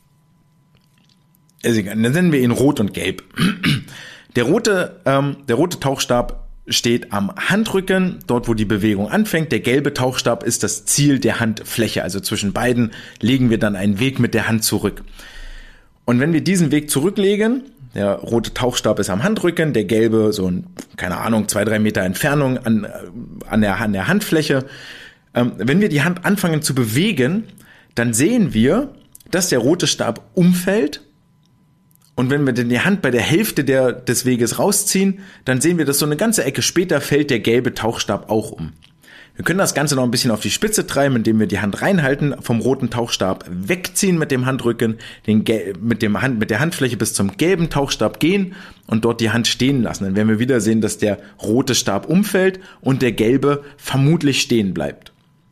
Also, dann nennen wir ihn rot und gelb. Der rote, ähm, der rote Tauchstab steht am Handrücken, dort wo die Bewegung anfängt. Der gelbe Tauchstab ist das Ziel der Handfläche, also zwischen beiden legen wir dann einen Weg mit der Hand zurück. Und wenn wir diesen Weg zurücklegen, der rote Tauchstab ist am Handrücken, der gelbe so ein, keine Ahnung, zwei, drei Meter Entfernung an, an, der, an der Handfläche. Ähm, wenn wir die Hand anfangen zu bewegen, dann sehen wir, dass der rote Stab umfällt. Und wenn wir dann die Hand bei der Hälfte der, des Weges rausziehen, dann sehen wir, dass so eine ganze Ecke später fällt der gelbe Tauchstab auch um. Wir können das Ganze noch ein bisschen auf die Spitze treiben, indem wir die Hand reinhalten, vom roten Tauchstab wegziehen mit dem Handrücken, den Gel- mit, dem Hand, mit der Handfläche bis zum gelben Tauchstab gehen und dort die Hand stehen lassen. Dann werden wir wieder sehen, dass der rote Stab umfällt und der gelbe vermutlich stehen bleibt.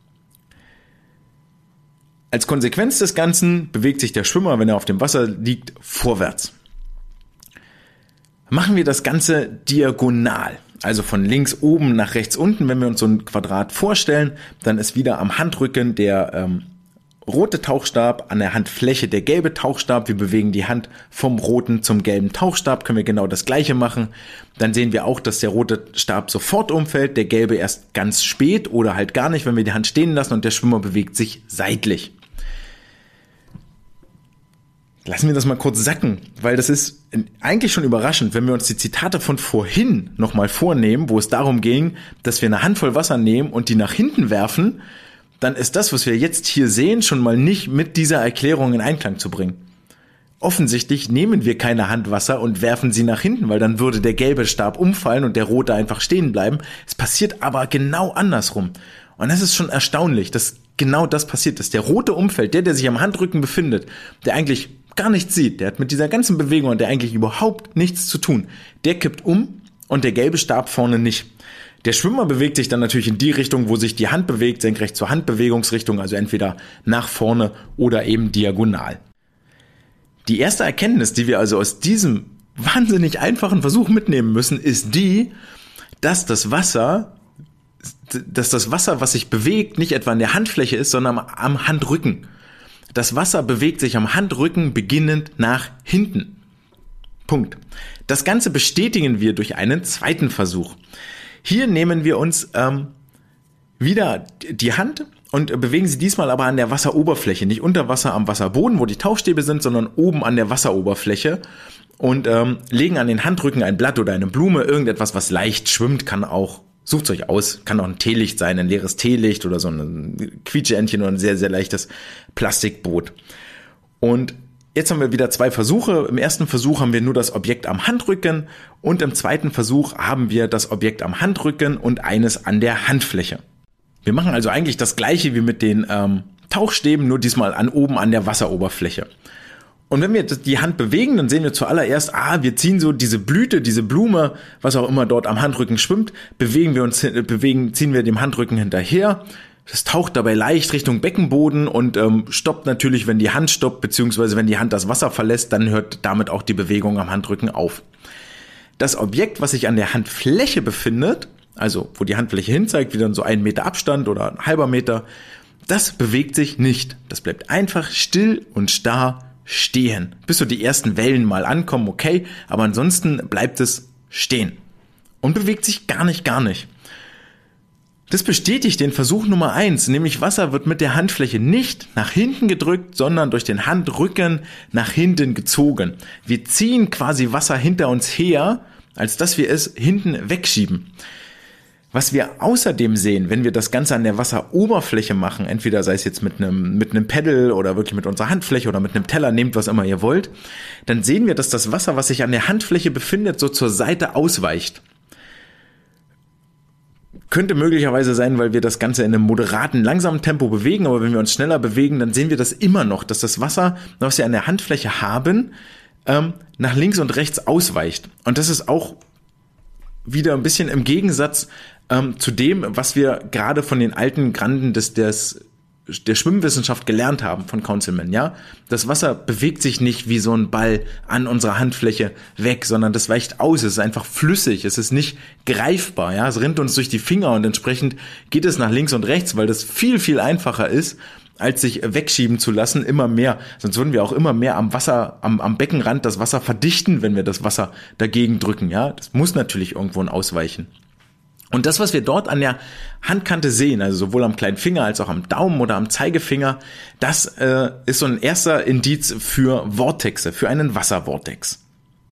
Als Konsequenz des Ganzen bewegt sich der Schwimmer, wenn er auf dem Wasser liegt, vorwärts. Machen wir das Ganze diagonal. Also von links oben nach rechts unten, wenn wir uns so ein Quadrat vorstellen, dann ist wieder am Handrücken der ähm, rote Tauchstab, an der Handfläche der gelbe Tauchstab. Wir bewegen die Hand vom roten zum gelben Tauchstab, können wir genau das gleiche machen. Dann sehen wir auch, dass der rote Stab sofort umfällt, der gelbe erst ganz spät oder halt gar nicht, wenn wir die Hand stehen lassen und der Schwimmer bewegt sich seitlich. Lassen wir das mal kurz sacken, weil das ist eigentlich schon überraschend, wenn wir uns die Zitate von vorhin nochmal vornehmen, wo es darum ging, dass wir eine Handvoll Wasser nehmen und die nach hinten werfen, dann ist das, was wir jetzt hier sehen, schon mal nicht mit dieser Erklärung in Einklang zu bringen. Offensichtlich nehmen wir keine Hand Wasser und werfen sie nach hinten, weil dann würde der gelbe Stab umfallen und der rote einfach stehen bleiben. Es passiert aber genau andersrum. Und das ist schon erstaunlich, dass genau das passiert ist. Der rote umfällt, der, der sich am Handrücken befindet, der eigentlich gar nichts sieht, der hat mit dieser ganzen Bewegung und der eigentlich überhaupt nichts zu tun, der kippt um und der gelbe Stab vorne nicht. Der Schwimmer bewegt sich dann natürlich in die Richtung, wo sich die Hand bewegt, senkrecht zur Handbewegungsrichtung, also entweder nach vorne oder eben diagonal. Die erste Erkenntnis, die wir also aus diesem wahnsinnig einfachen Versuch mitnehmen müssen, ist die, dass das Wasser, dass das Wasser, was sich bewegt, nicht etwa an der Handfläche ist, sondern am Handrücken. Das Wasser bewegt sich am Handrücken beginnend nach hinten. Punkt. Das Ganze bestätigen wir durch einen zweiten Versuch. Hier nehmen wir uns ähm, wieder die Hand und bewegen sie diesmal aber an der Wasseroberfläche, nicht unter Wasser am Wasserboden, wo die Tauchstäbe sind, sondern oben an der Wasseroberfläche und ähm, legen an den Handrücken ein Blatt oder eine Blume, irgendetwas, was leicht schwimmt, kann auch, sucht euch aus, kann auch ein Teelicht sein, ein leeres Teelicht oder so ein Quietscheentchen oder ein sehr, sehr leichtes Plastikboot. Und jetzt haben wir wieder zwei Versuche. Im ersten Versuch haben wir nur das Objekt am Handrücken und im zweiten Versuch haben wir das Objekt am Handrücken und eines an der Handfläche. Wir machen also eigentlich das gleiche wie mit den ähm, Tauchstäben, nur diesmal an oben an der Wasseroberfläche. Und wenn wir die Hand bewegen, dann sehen wir zuallererst, ah, wir ziehen so diese Blüte, diese Blume, was auch immer dort am Handrücken schwimmt, bewegen wir uns, bewegen, ziehen wir dem Handrücken hinterher. Das taucht dabei leicht Richtung Beckenboden und ähm, stoppt natürlich, wenn die Hand stoppt, beziehungsweise wenn die Hand das Wasser verlässt, dann hört damit auch die Bewegung am Handrücken auf. Das Objekt, was sich an der Handfläche befindet, also wo die Handfläche hinzeigt, wieder so ein Meter Abstand oder ein halber Meter, das bewegt sich nicht. Das bleibt einfach still und starr stehen. Bis so die ersten Wellen mal ankommen, okay, aber ansonsten bleibt es stehen und bewegt sich gar nicht, gar nicht. Das bestätigt den Versuch Nummer eins, nämlich Wasser wird mit der Handfläche nicht nach hinten gedrückt, sondern durch den Handrücken nach hinten gezogen. Wir ziehen quasi Wasser hinter uns her, als dass wir es hinten wegschieben. Was wir außerdem sehen, wenn wir das Ganze an der Wasseroberfläche machen, entweder sei es jetzt mit einem mit einem Pedal oder wirklich mit unserer Handfläche oder mit einem Teller, nehmt was immer ihr wollt, dann sehen wir, dass das Wasser, was sich an der Handfläche befindet, so zur Seite ausweicht. Könnte möglicherweise sein, weil wir das Ganze in einem moderaten, langsamen Tempo bewegen, aber wenn wir uns schneller bewegen, dann sehen wir das immer noch, dass das Wasser, was wir an der Handfläche haben, ähm, nach links und rechts ausweicht. Und das ist auch wieder ein bisschen im Gegensatz ähm, zu dem, was wir gerade von den alten Granden des, des der Schwimmwissenschaft gelernt haben von Councilman, ja. Das Wasser bewegt sich nicht wie so ein Ball an unserer Handfläche weg, sondern das weicht aus, es ist einfach flüssig, es ist nicht greifbar, ja. Es rinnt uns durch die Finger und entsprechend geht es nach links und rechts, weil das viel, viel einfacher ist, als sich wegschieben zu lassen, immer mehr. Sonst würden wir auch immer mehr am Wasser, am, am Beckenrand das Wasser verdichten, wenn wir das Wasser dagegen drücken, ja. Das muss natürlich irgendwo ausweichen. Und das, was wir dort an der Handkante sehen, also sowohl am kleinen Finger als auch am Daumen oder am Zeigefinger, das äh, ist so ein erster Indiz für Vortexe, für einen Wasservortex.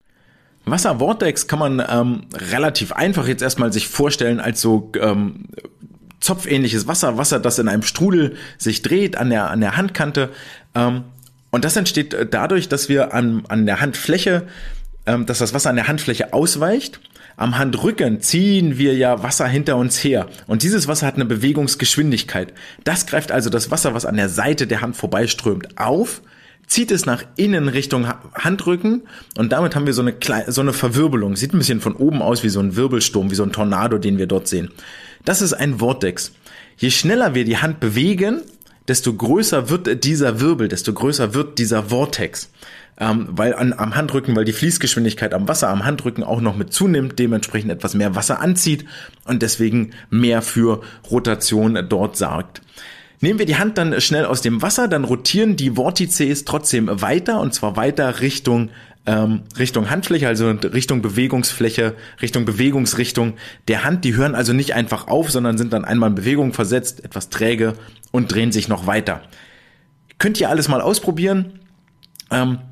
Wasservortex kann man ähm, relativ einfach jetzt erstmal sich vorstellen als so ähm, zopfähnliches Wasser, Wasser, das in einem Strudel sich dreht an der, an der Handkante. Ähm, und das entsteht dadurch, dass wir an, an der Handfläche, ähm, dass das Wasser an der Handfläche ausweicht. Am Handrücken ziehen wir ja Wasser hinter uns her und dieses Wasser hat eine Bewegungsgeschwindigkeit. Das greift also das Wasser, was an der Seite der Hand vorbeiströmt, auf, zieht es nach innen Richtung Handrücken und damit haben wir so eine kleine, so eine Verwirbelung. Sieht ein bisschen von oben aus wie so ein Wirbelsturm, wie so ein Tornado, den wir dort sehen. Das ist ein Vortex. Je schneller wir die Hand bewegen, desto größer wird dieser Wirbel, desto größer wird dieser Vortex. Ähm, weil an, am Handrücken, weil die Fließgeschwindigkeit am Wasser am Handrücken auch noch mit zunimmt, dementsprechend etwas mehr Wasser anzieht und deswegen mehr für Rotation dort sorgt. Nehmen wir die Hand dann schnell aus dem Wasser, dann rotieren die Vortices trotzdem weiter und zwar weiter Richtung ähm, Richtung Handfläche, also Richtung Bewegungsfläche, Richtung Bewegungsrichtung der Hand. Die hören also nicht einfach auf, sondern sind dann einmal in Bewegung versetzt, etwas träge und drehen sich noch weiter. Könnt ihr alles mal ausprobieren. Ähm,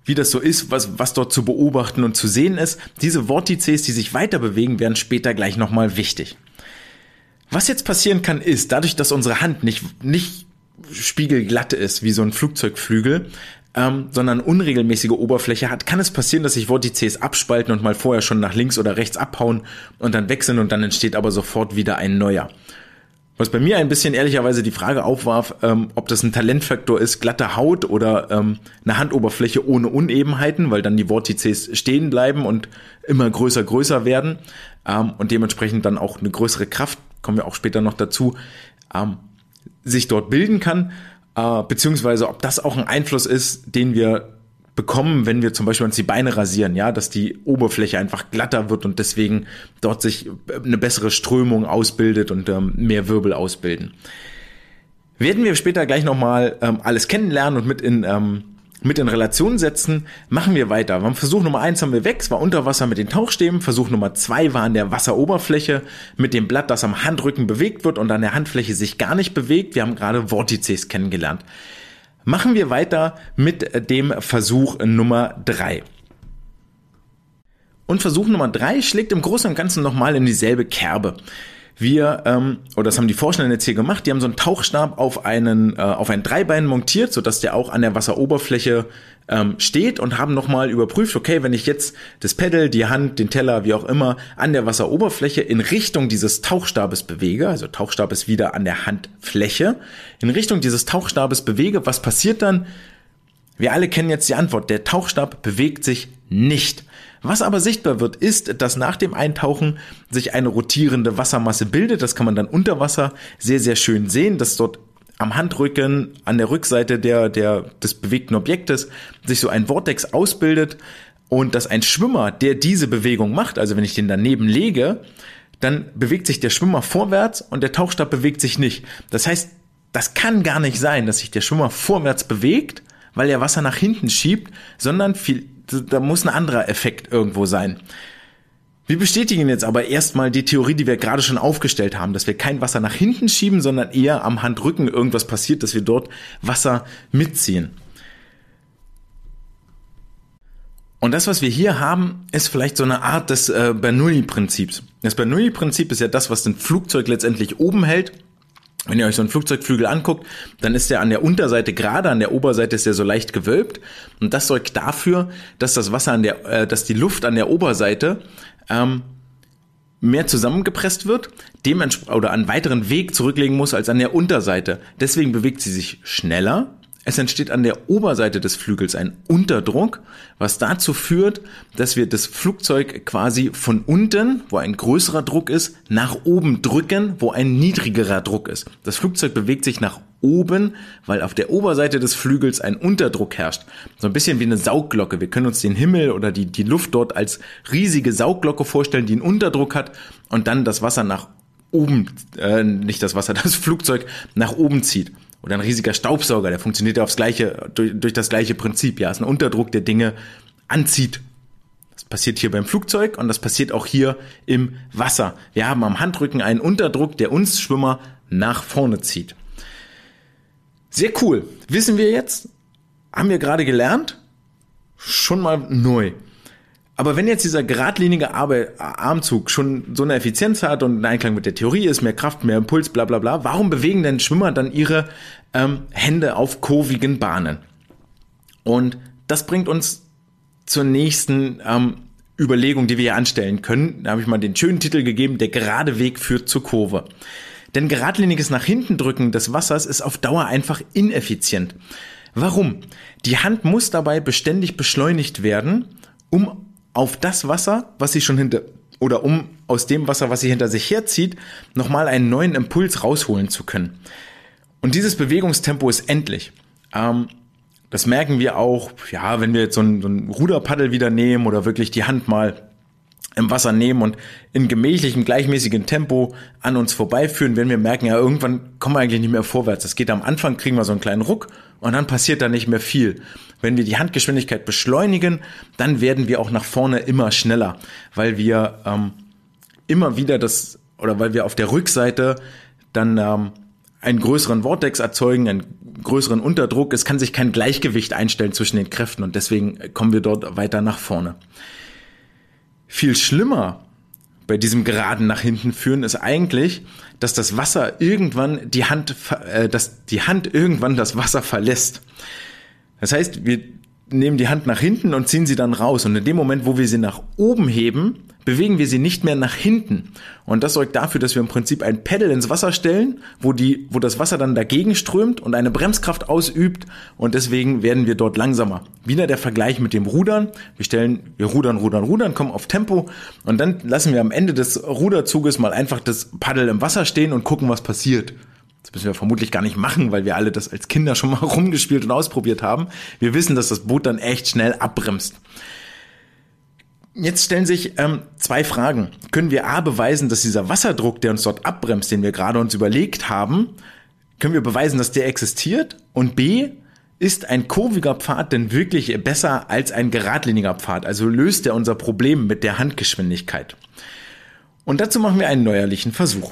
wie das so ist, was, was dort zu beobachten und zu sehen ist. Diese Vortices, die sich weiter bewegen, werden später gleich nochmal wichtig. Was jetzt passieren kann, ist, dadurch, dass unsere Hand nicht, nicht spiegelglatt ist, wie so ein Flugzeugflügel, ähm, sondern unregelmäßige Oberfläche hat, kann es passieren, dass sich Vortices abspalten und mal vorher schon nach links oder rechts abhauen und dann wechseln und dann entsteht aber sofort wieder ein neuer. Was bei mir ein bisschen ehrlicherweise die Frage aufwarf, ähm, ob das ein Talentfaktor ist, glatte Haut oder ähm, eine Handoberfläche ohne Unebenheiten, weil dann die Vortices stehen bleiben und immer größer, größer werden ähm, und dementsprechend dann auch eine größere Kraft, kommen wir auch später noch dazu, ähm, sich dort bilden kann, äh, beziehungsweise ob das auch ein Einfluss ist, den wir bekommen, wenn wir zum Beispiel uns die Beine rasieren, ja, dass die Oberfläche einfach glatter wird und deswegen dort sich eine bessere Strömung ausbildet und ähm, mehr Wirbel ausbilden. Werden wir später gleich nochmal ähm, alles kennenlernen und mit in ähm, mit in Relation setzen, machen wir weiter. Beim Versuch Nummer eins haben wir weg, es war unter Wasser mit den Tauchstäben. Versuch Nummer zwei war an der Wasseroberfläche mit dem Blatt, das am Handrücken bewegt wird und an der Handfläche sich gar nicht bewegt. Wir haben gerade Vortices kennengelernt. Machen wir weiter mit dem Versuch Nummer drei. Und Versuch Nummer drei schlägt im Großen und Ganzen nochmal in dieselbe Kerbe. Wir, ähm, oder das haben die Forscher jetzt hier gemacht, die haben so einen Tauchstab auf einen, äh, auf ein Dreibein montiert, sodass der auch an der Wasseroberfläche ähm, steht und haben nochmal überprüft, okay, wenn ich jetzt das Pedal, die Hand, den Teller, wie auch immer, an der Wasseroberfläche in Richtung dieses Tauchstabes bewege, also Tauchstab ist wieder an der Handfläche, in Richtung dieses Tauchstabes bewege, was passiert dann? Wir alle kennen jetzt die Antwort, der Tauchstab bewegt sich nicht. Was aber sichtbar wird, ist, dass nach dem Eintauchen sich eine rotierende Wassermasse bildet. Das kann man dann unter Wasser sehr, sehr schön sehen, dass dort am Handrücken, an der Rückseite der, der, des bewegten Objektes sich so ein Vortex ausbildet und dass ein Schwimmer, der diese Bewegung macht, also wenn ich den daneben lege, dann bewegt sich der Schwimmer vorwärts und der Tauchstab bewegt sich nicht. Das heißt, das kann gar nicht sein, dass sich der Schwimmer vorwärts bewegt, weil er Wasser nach hinten schiebt, sondern viel da muss ein anderer Effekt irgendwo sein. Wir bestätigen jetzt aber erstmal die Theorie, die wir gerade schon aufgestellt haben, dass wir kein Wasser nach hinten schieben, sondern eher am Handrücken irgendwas passiert, dass wir dort Wasser mitziehen. Und das, was wir hier haben, ist vielleicht so eine Art des äh, Bernoulli-Prinzips. Das Bernoulli-Prinzip ist ja das, was ein Flugzeug letztendlich oben hält. Wenn ihr euch so einen Flugzeugflügel anguckt, dann ist der an der Unterseite gerade, an der Oberseite ist der so leicht gewölbt und das sorgt dafür, dass das Wasser an der, äh, dass die Luft an der Oberseite ähm, mehr zusammengepresst wird, dementsprechend oder einen weiteren Weg zurücklegen muss als an der Unterseite. Deswegen bewegt sie sich schneller. Es entsteht an der Oberseite des Flügels ein Unterdruck, was dazu führt, dass wir das Flugzeug quasi von unten, wo ein größerer Druck ist, nach oben drücken, wo ein niedrigerer Druck ist. Das Flugzeug bewegt sich nach oben, weil auf der Oberseite des Flügels ein Unterdruck herrscht. So ein bisschen wie eine Saugglocke. Wir können uns den Himmel oder die, die Luft dort als riesige Saugglocke vorstellen, die einen Unterdruck hat und dann das Wasser nach oben, äh, nicht das Wasser, das Flugzeug nach oben zieht. Oder ein riesiger Staubsauger, der funktioniert ja aufs gleiche, durch, durch das gleiche Prinzip. Ja, ist ein Unterdruck, der Dinge anzieht. Das passiert hier beim Flugzeug und das passiert auch hier im Wasser. Wir haben am Handrücken einen Unterdruck, der uns Schwimmer nach vorne zieht. Sehr cool. Wissen wir jetzt? Haben wir gerade gelernt? Schon mal neu. Aber wenn jetzt dieser geradlinige Armzug schon so eine Effizienz hat und in Einklang mit der Theorie ist, mehr Kraft, mehr Impuls, bla bla bla, warum bewegen denn Schwimmer dann ihre ähm, Hände auf kurvigen Bahnen? Und das bringt uns zur nächsten ähm, Überlegung, die wir hier anstellen können. Da habe ich mal den schönen Titel gegeben, der gerade Weg führt zur Kurve. Denn geradliniges nach hinten drücken des Wassers ist auf Dauer einfach ineffizient. Warum? Die Hand muss dabei beständig beschleunigt werden, um auf das Wasser, was sie schon hinter, oder um aus dem Wasser, was sie hinter sich herzieht, nochmal einen neuen Impuls rausholen zu können. Und dieses Bewegungstempo ist endlich. Ähm, das merken wir auch, ja, wenn wir jetzt so ein, so ein Ruderpaddel wieder nehmen oder wirklich die Hand mal im Wasser nehmen und in gemächlichem, gleichmäßigem Tempo an uns vorbeiführen, werden wir merken, ja, irgendwann kommen wir eigentlich nicht mehr vorwärts. Das geht am Anfang, kriegen wir so einen kleinen Ruck und dann passiert da nicht mehr viel. Wenn wir die Handgeschwindigkeit beschleunigen, dann werden wir auch nach vorne immer schneller, weil wir ähm, immer wieder das, oder weil wir auf der Rückseite dann ähm, einen größeren Vortex erzeugen, einen größeren Unterdruck. Es kann sich kein Gleichgewicht einstellen zwischen den Kräften und deswegen kommen wir dort weiter nach vorne. Viel schlimmer bei diesem geraden nach hinten führen ist eigentlich, dass das Wasser irgendwann die Hand, äh, dass die Hand irgendwann das Wasser verlässt. Das heißt, wir nehmen die Hand nach hinten und ziehen sie dann raus. Und in dem Moment, wo wir sie nach oben heben, bewegen wir sie nicht mehr nach hinten. Und das sorgt dafür, dass wir im Prinzip ein Pedal ins Wasser stellen, wo die, wo das Wasser dann dagegen strömt und eine Bremskraft ausübt. Und deswegen werden wir dort langsamer. Wieder der Vergleich mit dem Rudern. Wir stellen, wir rudern, rudern, rudern, kommen auf Tempo. Und dann lassen wir am Ende des Ruderzuges mal einfach das Paddel im Wasser stehen und gucken, was passiert. Das müssen wir vermutlich gar nicht machen, weil wir alle das als Kinder schon mal rumgespielt und ausprobiert haben. Wir wissen, dass das Boot dann echt schnell abbremst. Jetzt stellen sich ähm, zwei Fragen. Können wir A beweisen, dass dieser Wasserdruck, der uns dort abbremst, den wir gerade uns überlegt haben, können wir beweisen, dass der existiert? Und B, ist ein kurviger Pfad denn wirklich besser als ein geradliniger Pfad? Also löst er unser Problem mit der Handgeschwindigkeit? Und dazu machen wir einen neuerlichen Versuch.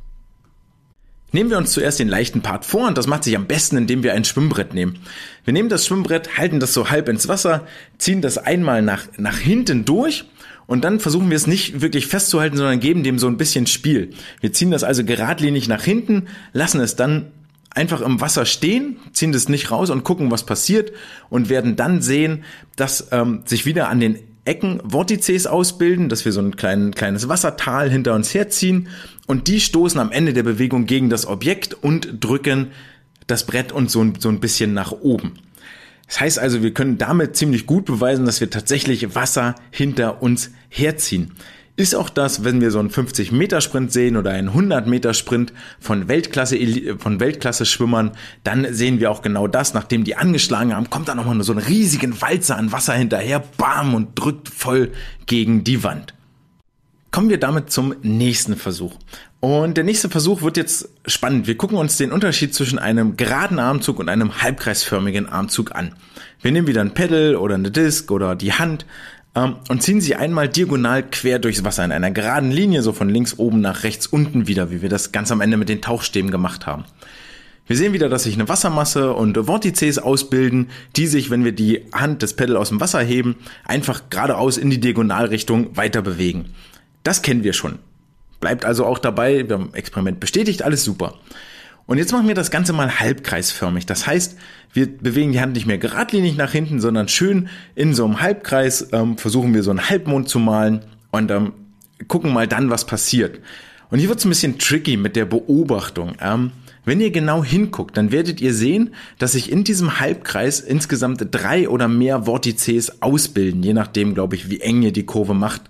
Nehmen wir uns zuerst den leichten Part vor und das macht sich am besten, indem wir ein Schwimmbrett nehmen. Wir nehmen das Schwimmbrett, halten das so halb ins Wasser, ziehen das einmal nach, nach hinten durch und dann versuchen wir es nicht wirklich festzuhalten, sondern geben dem so ein bisschen Spiel. Wir ziehen das also geradlinig nach hinten, lassen es dann einfach im Wasser stehen, ziehen das nicht raus und gucken, was passiert und werden dann sehen, dass ähm, sich wieder an den Ecken Vortices ausbilden, dass wir so ein klein, kleines Wassertal hinter uns herziehen und die stoßen am Ende der Bewegung gegen das Objekt und drücken das Brett uns so ein, so ein bisschen nach oben. Das heißt also, wir können damit ziemlich gut beweisen, dass wir tatsächlich Wasser hinter uns herziehen. Ist auch das, wenn wir so einen fünfzig Meter Sprint sehen oder einen hundert Meter Sprint von Weltklasse, von Weltklasse-Schwimmern, dann sehen wir auch genau das. Nachdem die angeschlagen haben, kommt da nochmal so einen riesigen Walzer an Wasser hinterher, bam, und drückt voll gegen die Wand. Kommen wir damit zum nächsten Versuch. Und der nächste Versuch wird jetzt spannend. Wir gucken uns den Unterschied zwischen einem geraden Armzug und einem halbkreisförmigen Armzug an. Wir nehmen wieder ein Pedal oder eine Disc oder die Hand und ziehen sie einmal diagonal quer durchs Wasser in einer geraden Linie, so von links oben nach rechts unten wieder, wie wir das ganz am Ende mit den Tauchstäben gemacht haben. Wir sehen wieder, dass sich eine Wassermasse und Vortices ausbilden, die sich, wenn wir die Hand des Pedal aus dem Wasser heben, einfach geradeaus in die Diagonalrichtung weiter bewegen. Das kennen wir schon. Bleibt also auch dabei, wir haben Experiment bestätigt, alles super. Und jetzt machen wir das Ganze mal halbkreisförmig. Das heißt, wir bewegen die Hand nicht mehr geradlinig nach hinten, sondern schön in so einem Halbkreis ähm, versuchen wir so einen Halbmond zu malen und ähm, gucken mal dann, was passiert. Und hier wird es ein bisschen tricky mit der Beobachtung. Ähm, wenn ihr genau hinguckt, dann werdet ihr sehen, dass sich in diesem Halbkreis insgesamt drei oder mehr Vortices ausbilden, je nachdem, glaube ich, wie eng ihr die Kurve macht.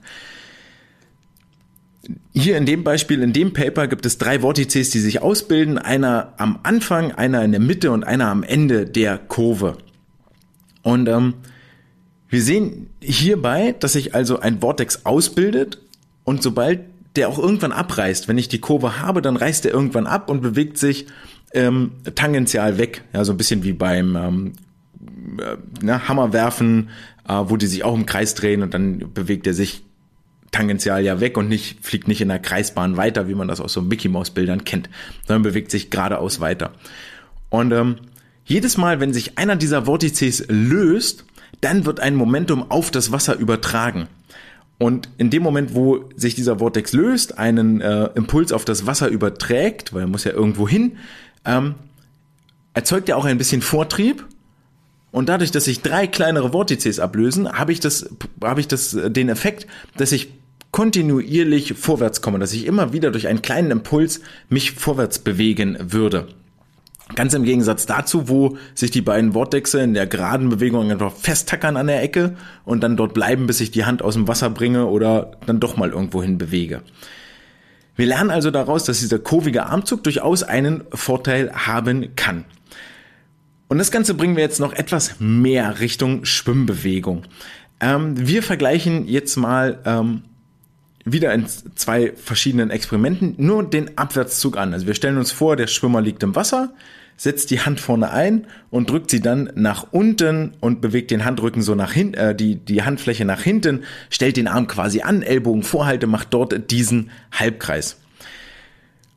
Hier in dem Beispiel, in dem Paper gibt es drei Vortices, die sich ausbilden. Einer am Anfang, einer in der Mitte und einer am Ende der Kurve. Und ähm, wir sehen hierbei, dass sich also ein Vortex ausbildet und sobald der auch irgendwann abreißt, wenn ich die Kurve habe, dann reißt er irgendwann ab und bewegt sich ähm, tangential weg. Ja, so ein bisschen wie beim ähm, äh, na, Hammerwerfen, äh, wo die sich auch im Kreis drehen und dann bewegt er sich tangential ja weg und nicht, fliegt nicht in der Kreisbahn weiter, wie man das aus so Mickey-Maus-Bildern kennt, sondern bewegt sich geradeaus weiter. Und ähm, jedes Mal, wenn sich einer dieser Vortices löst, dann wird ein Momentum auf das Wasser übertragen. Und in dem Moment, wo sich dieser Vortex löst, einen äh, Impuls auf das Wasser überträgt, weil er muss ja irgendwo hin, ähm, erzeugt er auch ein bisschen Vortrieb. Und dadurch, dass sich drei kleinere Vortices ablösen, habe ich das, habe ich das, den Effekt, dass ich kontinuierlich vorwärts komme, dass ich immer wieder durch einen kleinen Impuls mich vorwärts bewegen würde. Ganz im Gegensatz dazu, wo sich die beiden Vortexe in der geraden Bewegung einfach festtackern an der Ecke und dann dort bleiben, bis ich die Hand aus dem Wasser bringe oder dann doch mal irgendwo hin bewege. Wir lernen also daraus, dass dieser kurvige Armzug durchaus einen Vorteil haben kann. Und das Ganze bringen wir jetzt noch etwas mehr Richtung Schwimmbewegung. Ähm, wir vergleichen jetzt mal ähm, wieder in zwei verschiedenen Experimenten nur den Abwärtszug an. Also wir stellen uns vor, der Schwimmer liegt im Wasser, setzt die Hand vorne ein und drückt sie dann nach unten und bewegt den Handrücken so nach hinten, äh, die, die Handfläche nach hinten, stellt den Arm quasi an, Ellbogen Vorhalte, macht dort diesen Halbkreis.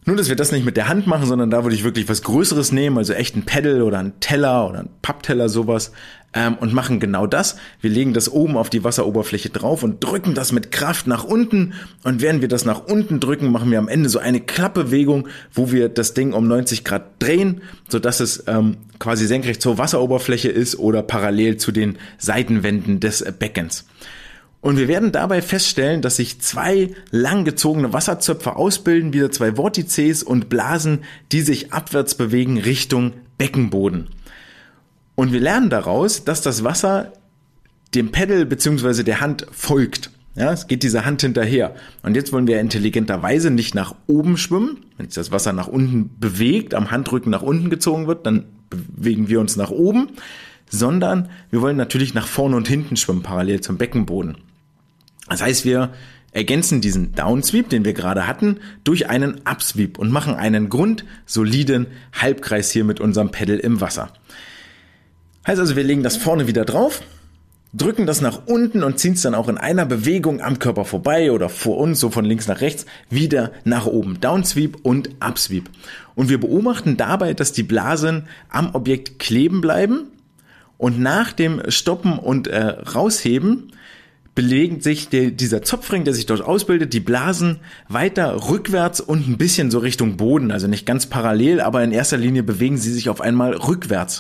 Nur, dass wir das nicht mit der Hand machen, sondern da würde ich wirklich was Größeres nehmen, also echt ein Paddle oder ein Teller oder ein Pappteller, sowas, ähm, und machen genau das. Wir legen das oben auf die Wasseroberfläche drauf und drücken das mit Kraft nach unten. Und während wir das nach unten drücken, machen wir am Ende so eine Klappbewegung, wo wir das Ding um neunzig Grad drehen, sodass es ähm, quasi senkrecht zur Wasseroberfläche ist oder parallel zu den Seitenwänden des Beckens. Und wir werden dabei feststellen, dass sich zwei langgezogene Wasserzöpfe ausbilden, wieder zwei Vortices und Blasen, die sich abwärts bewegen Richtung Beckenboden. Und wir lernen daraus, dass das Wasser dem Paddle bzw. der Hand folgt. Ja, es geht dieser Hand hinterher. Und jetzt wollen wir intelligenterweise nicht nach oben schwimmen. Wenn sich das Wasser nach unten bewegt, am Handrücken nach unten gezogen wird, dann bewegen wir uns nach oben. Sondern wir wollen natürlich nach vorne und hinten schwimmen, parallel zum Beckenboden. Das heißt, wir ergänzen diesen Downsweep, den wir gerade hatten, durch einen Upsweep und machen einen grundsoliden Halbkreis hier mit unserem Paddle im Wasser. Heißt also, wir legen das vorne wieder drauf, drücken das nach unten und ziehen es dann auch in einer Bewegung am Körper vorbei oder vor uns, so von links nach rechts, wieder nach oben. Downsweep und Upsweep. Und wir beobachten dabei, dass die Blasen am Objekt kleben bleiben und nach dem Stoppen und äh, Rausheben belegt sich der, dieser Zopfring, der sich dort ausbildet, die Blasen weiter rückwärts und ein bisschen so Richtung Boden, also nicht ganz parallel, aber in erster Linie bewegen sie sich auf einmal rückwärts.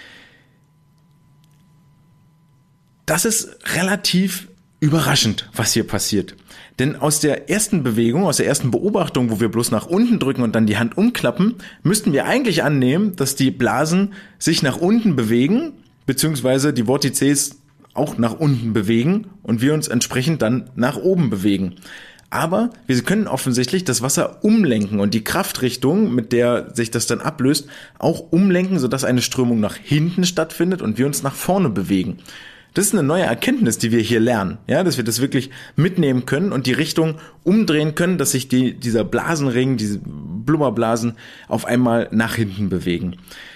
Das ist relativ überraschend, was hier passiert. Denn aus der ersten Bewegung, aus der ersten Beobachtung, wo wir bloß nach unten drücken und dann die Hand umklappen, müssten wir eigentlich annehmen, dass die Blasen sich nach unten bewegen, beziehungsweise die Vortices auch nach unten bewegen und wir uns entsprechend dann nach oben bewegen. Aber wir können offensichtlich das Wasser umlenken und die Kraftrichtung, mit der sich das dann ablöst, auch umlenken, sodass eine Strömung nach hinten stattfindet und wir uns nach vorne bewegen. Das ist eine neue Erkenntnis, die wir hier lernen, ja, dass wir das wirklich mitnehmen können und die Richtung umdrehen können, dass sich die, dieser Blasenring, diese Blubberblasen auf einmal nach hinten bewegen.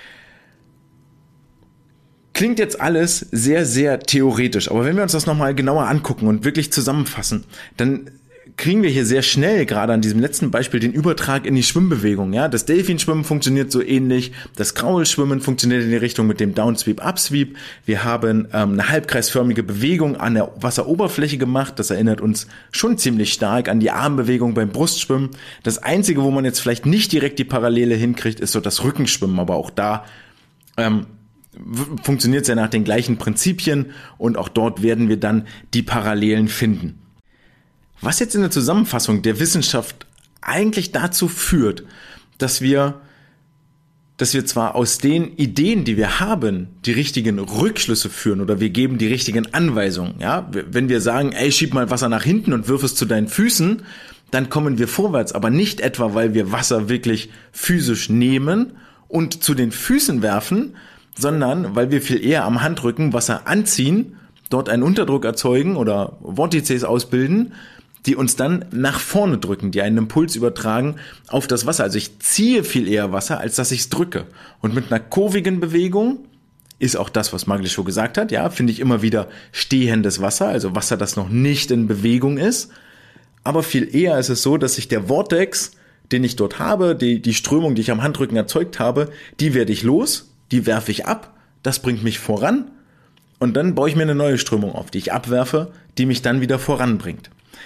Klingt jetzt alles sehr, sehr theoretisch, aber wenn wir uns das nochmal genauer angucken und wirklich zusammenfassen, dann kriegen wir hier sehr schnell, gerade an diesem letzten Beispiel, den Übertrag in die Schwimmbewegung. Ja, das Delfinschwimmen funktioniert so ähnlich, das Kraulschwimmen funktioniert in die Richtung mit dem Downsweep, Upsweep. Wir haben ähm, eine halbkreisförmige Bewegung an der Wasseroberfläche gemacht. Das erinnert uns schon ziemlich stark an die Armbewegung beim Brustschwimmen. Das Einzige, wo man jetzt vielleicht nicht direkt die Parallele hinkriegt, ist so das Rückenschwimmen, aber auch da ähm, funktioniert es ja nach den gleichen Prinzipien und auch dort werden wir dann die Parallelen finden. Was jetzt in der Zusammenfassung der Wissenschaft eigentlich dazu führt, dass wir, dass wir zwar aus den Ideen, die wir haben, die richtigen Rückschlüsse führen oder wir geben die richtigen Anweisungen. Ja, wenn wir sagen, ey, schieb mal Wasser nach hinten und wirf es zu deinen Füßen, dann kommen wir vorwärts, aber nicht etwa, weil wir Wasser wirklich physisch nehmen und zu den Füßen werfen, sondern weil wir viel eher am Handrücken Wasser anziehen, dort einen Unterdruck erzeugen oder Vortices ausbilden, die uns dann nach vorne drücken, die einen Impuls übertragen auf das Wasser. Also ich ziehe viel eher Wasser, als dass ich es drücke. Und mit einer kurvigen Bewegung ist auch das, was Magli schon gesagt hat, ja, finde ich immer wieder stehendes Wasser, also Wasser, das noch nicht in Bewegung ist. Aber viel eher ist es so, dass sich der Vortex, den ich dort habe, die, die Strömung, die ich am Handrücken erzeugt habe, die werde ich los, die werfe ich ab, das bringt mich voran und dann baue ich mir eine neue Strömung auf, die ich abwerfe, die mich dann wieder voranbringt.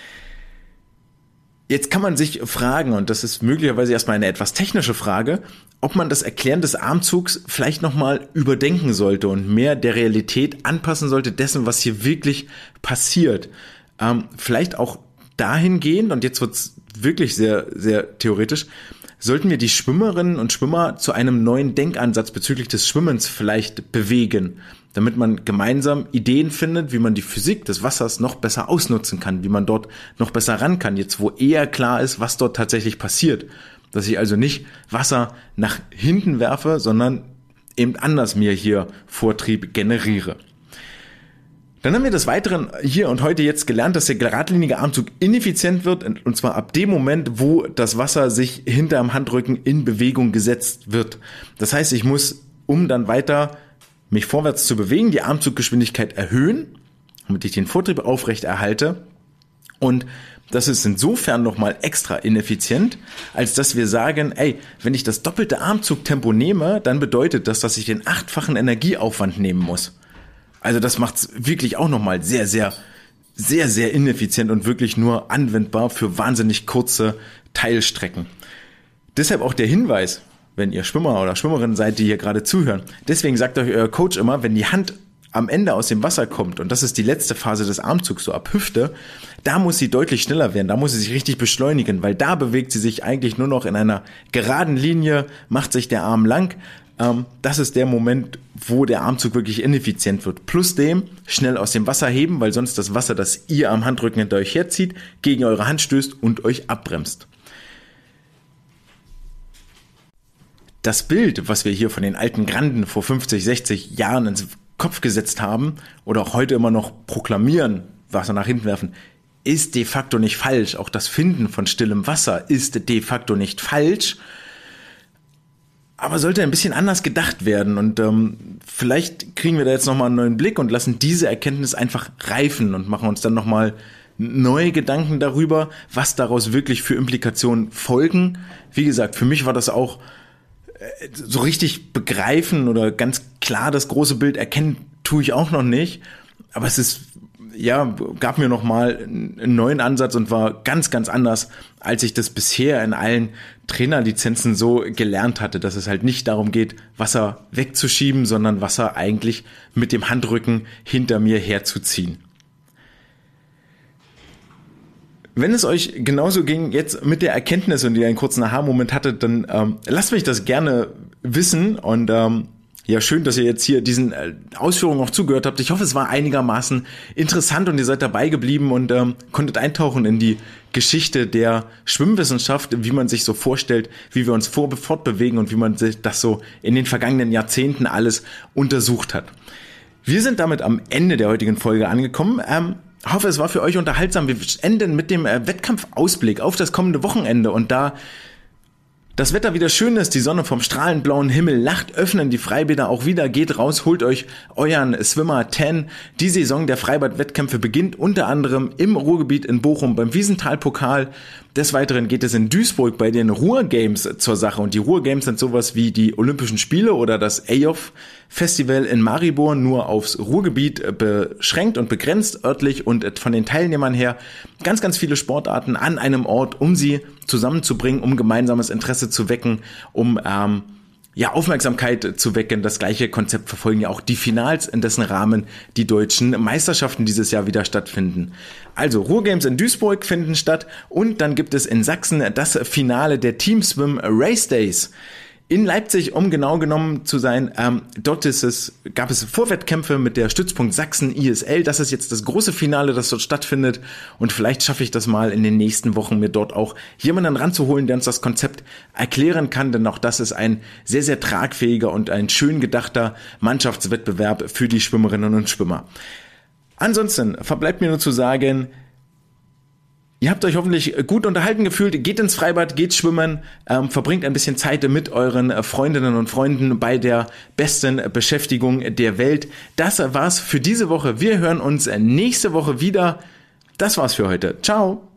Jetzt kann man sich fragen, und das ist möglicherweise erstmal eine etwas technische Frage, ob man das Erklären des Armzugs vielleicht nochmal überdenken sollte und mehr der Realität anpassen sollte, dessen, was hier wirklich passiert. Ähm, vielleicht auch dahingehend, und jetzt wird's wirklich sehr, sehr theoretisch, sollten wir die Schwimmerinnen und Schwimmer zu einem neuen Denkansatz bezüglich des Schwimmens vielleicht bewegen, damit man gemeinsam Ideen findet, wie man die Physik des Wassers noch besser ausnutzen kann, wie man dort noch besser ran kann, jetzt wo eher klar ist, was dort tatsächlich passiert. Dass ich also nicht Wasser nach hinten werfe, sondern eben anders mir hier Vortrieb generiere. Dann haben wir des Weiteren hier und heute jetzt gelernt, dass der geradlinige Armzug ineffizient wird, und zwar ab dem Moment, wo das Wasser sich hinterm Handrücken in Bewegung gesetzt wird. Das heißt, ich muss, um dann weiter mich vorwärts zu bewegen, die Armzuggeschwindigkeit erhöhen, damit ich den Vortrieb aufrecht erhalte. Und Das ist insofern nochmal extra ineffizient, als dass wir sagen, ey, wenn ich das doppelte Armzugtempo nehme, dann bedeutet das, dass ich den achtfachen Energieaufwand nehmen muss. Also das macht es wirklich auch nochmal sehr, sehr, sehr, sehr ineffizient und wirklich nur anwendbar für wahnsinnig kurze Teilstrecken. Deshalb auch der Hinweis, wenn ihr Schwimmer oder Schwimmerin seid, die hier gerade zuhören. Deswegen sagt euch euer Coach immer, wenn die Hand am Ende aus dem Wasser kommt, und das ist die letzte Phase des Armzugs, so ab Hüfte, da muss sie deutlich schneller werden, da muss sie sich richtig beschleunigen, weil da bewegt sie sich eigentlich nur noch in einer geraden Linie, macht sich der Arm lang. Ähm, das ist der Moment, wo der Armzug wirklich ineffizient wird. Plus dem, schnell aus dem Wasser heben, weil sonst das Wasser, das ihr am Handrücken hinter euch herzieht, gegen eure Hand stößt und euch abbremst. Das Bild, was wir hier von den alten Granden vor fünfzig, sechzig Jahren ins Kopf gesetzt haben oder auch heute immer noch proklamieren, Wasser nach hinten werfen, ist de facto nicht falsch. Auch das Finden von stillem Wasser ist de facto nicht falsch, aber sollte ein bisschen anders gedacht werden. Und ähm, vielleicht kriegen wir da jetzt nochmal einen neuen Blick und lassen diese Erkenntnis einfach reifen und machen uns dann nochmal neue Gedanken darüber, was daraus wirklich für Implikationen folgen. Wie gesagt, für mich war das auch so richtig begreifen oder ganz klar das große Bild erkennen, tue ich auch noch nicht. Aber es ist, ja, gab mir nochmal einen neuen Ansatz und war ganz, ganz anders, als ich das bisher in allen Trainerlizenzen so gelernt hatte, dass es halt nicht darum geht, Wasser wegzuschieben, sondern Wasser eigentlich mit dem Handrücken hinter mir herzuziehen. Wenn es euch genauso ging jetzt mit der Erkenntnis und ihr einen kurzen Aha-Moment hattet, dann ähm, lasst mich das gerne wissen und ähm, ja, schön, dass ihr jetzt hier diesen äh, Ausführungen auch zugehört habt. Ich hoffe, es war einigermaßen interessant und ihr seid dabei geblieben und ähm, konntet eintauchen in die Geschichte der Schwimmwissenschaft, wie man sich so vorstellt, wie wir uns vor- fortbewegen und wie man sich das so in den vergangenen Jahrzehnten alles untersucht hat. Wir sind damit am Ende der heutigen Folge angekommen. Ähm, Ich hoffe, es war für euch unterhaltsam. Wir enden mit dem äh, Wettkampfausblick auf das kommende Wochenende. Und da das Wetter wieder schön ist, die Sonne vom strahlend blauen Himmel lacht, öffnen die Freibäder auch wieder. Geht raus, holt euch euren Swimmer zehn. Die Saison der Freibad-Wettkämpfe beginnt unter anderem im Ruhrgebiet in Bochum beim Wiesenthal-Pokal. Des Weiteren geht es in Duisburg bei den Ruhr-Games zur Sache. Und die Ruhr-Games sind sowas wie die Olympischen Spiele oder das E J O F-Festival in Maribor, nur aufs Ruhrgebiet beschränkt und begrenzt örtlich und von den Teilnehmern her ganz, ganz viele Sportarten an einem Ort, um sie zusammenzubringen, um gemeinsames Interesse zu wecken, um ähm, ja Aufmerksamkeit zu wecken. Das gleiche Konzept verfolgen ja auch die Finals, in dessen Rahmen die deutschen Meisterschaften dieses Jahr wieder stattfinden. Also Ruhrgames in Duisburg finden statt und dann gibt es in Sachsen das Finale der Team Swim Race Days. In Leipzig, um genau genommen zu sein, ähm, dort ist es, gab es Vorwettkämpfe mit der Stützpunkt Sachsen I S L. Das ist jetzt das große Finale, das dort stattfindet. Und vielleicht schaffe ich das mal in den nächsten Wochen, mir dort auch jemanden ranzuholen, der uns das Konzept erklären kann. Denn auch das ist ein sehr, sehr tragfähiger und ein schön gedachter Mannschaftswettbewerb für die Schwimmerinnen und Schwimmer. Ansonsten verbleibt mir nur zu sagen, ihr habt euch hoffentlich gut unterhalten gefühlt, geht ins Freibad, geht schwimmen, ähm, verbringt ein bisschen Zeit mit euren Freundinnen und Freunden bei der besten Beschäftigung der Welt. Das war's für diese Woche. Wir hören uns nächste Woche wieder. Das war's für heute. Ciao.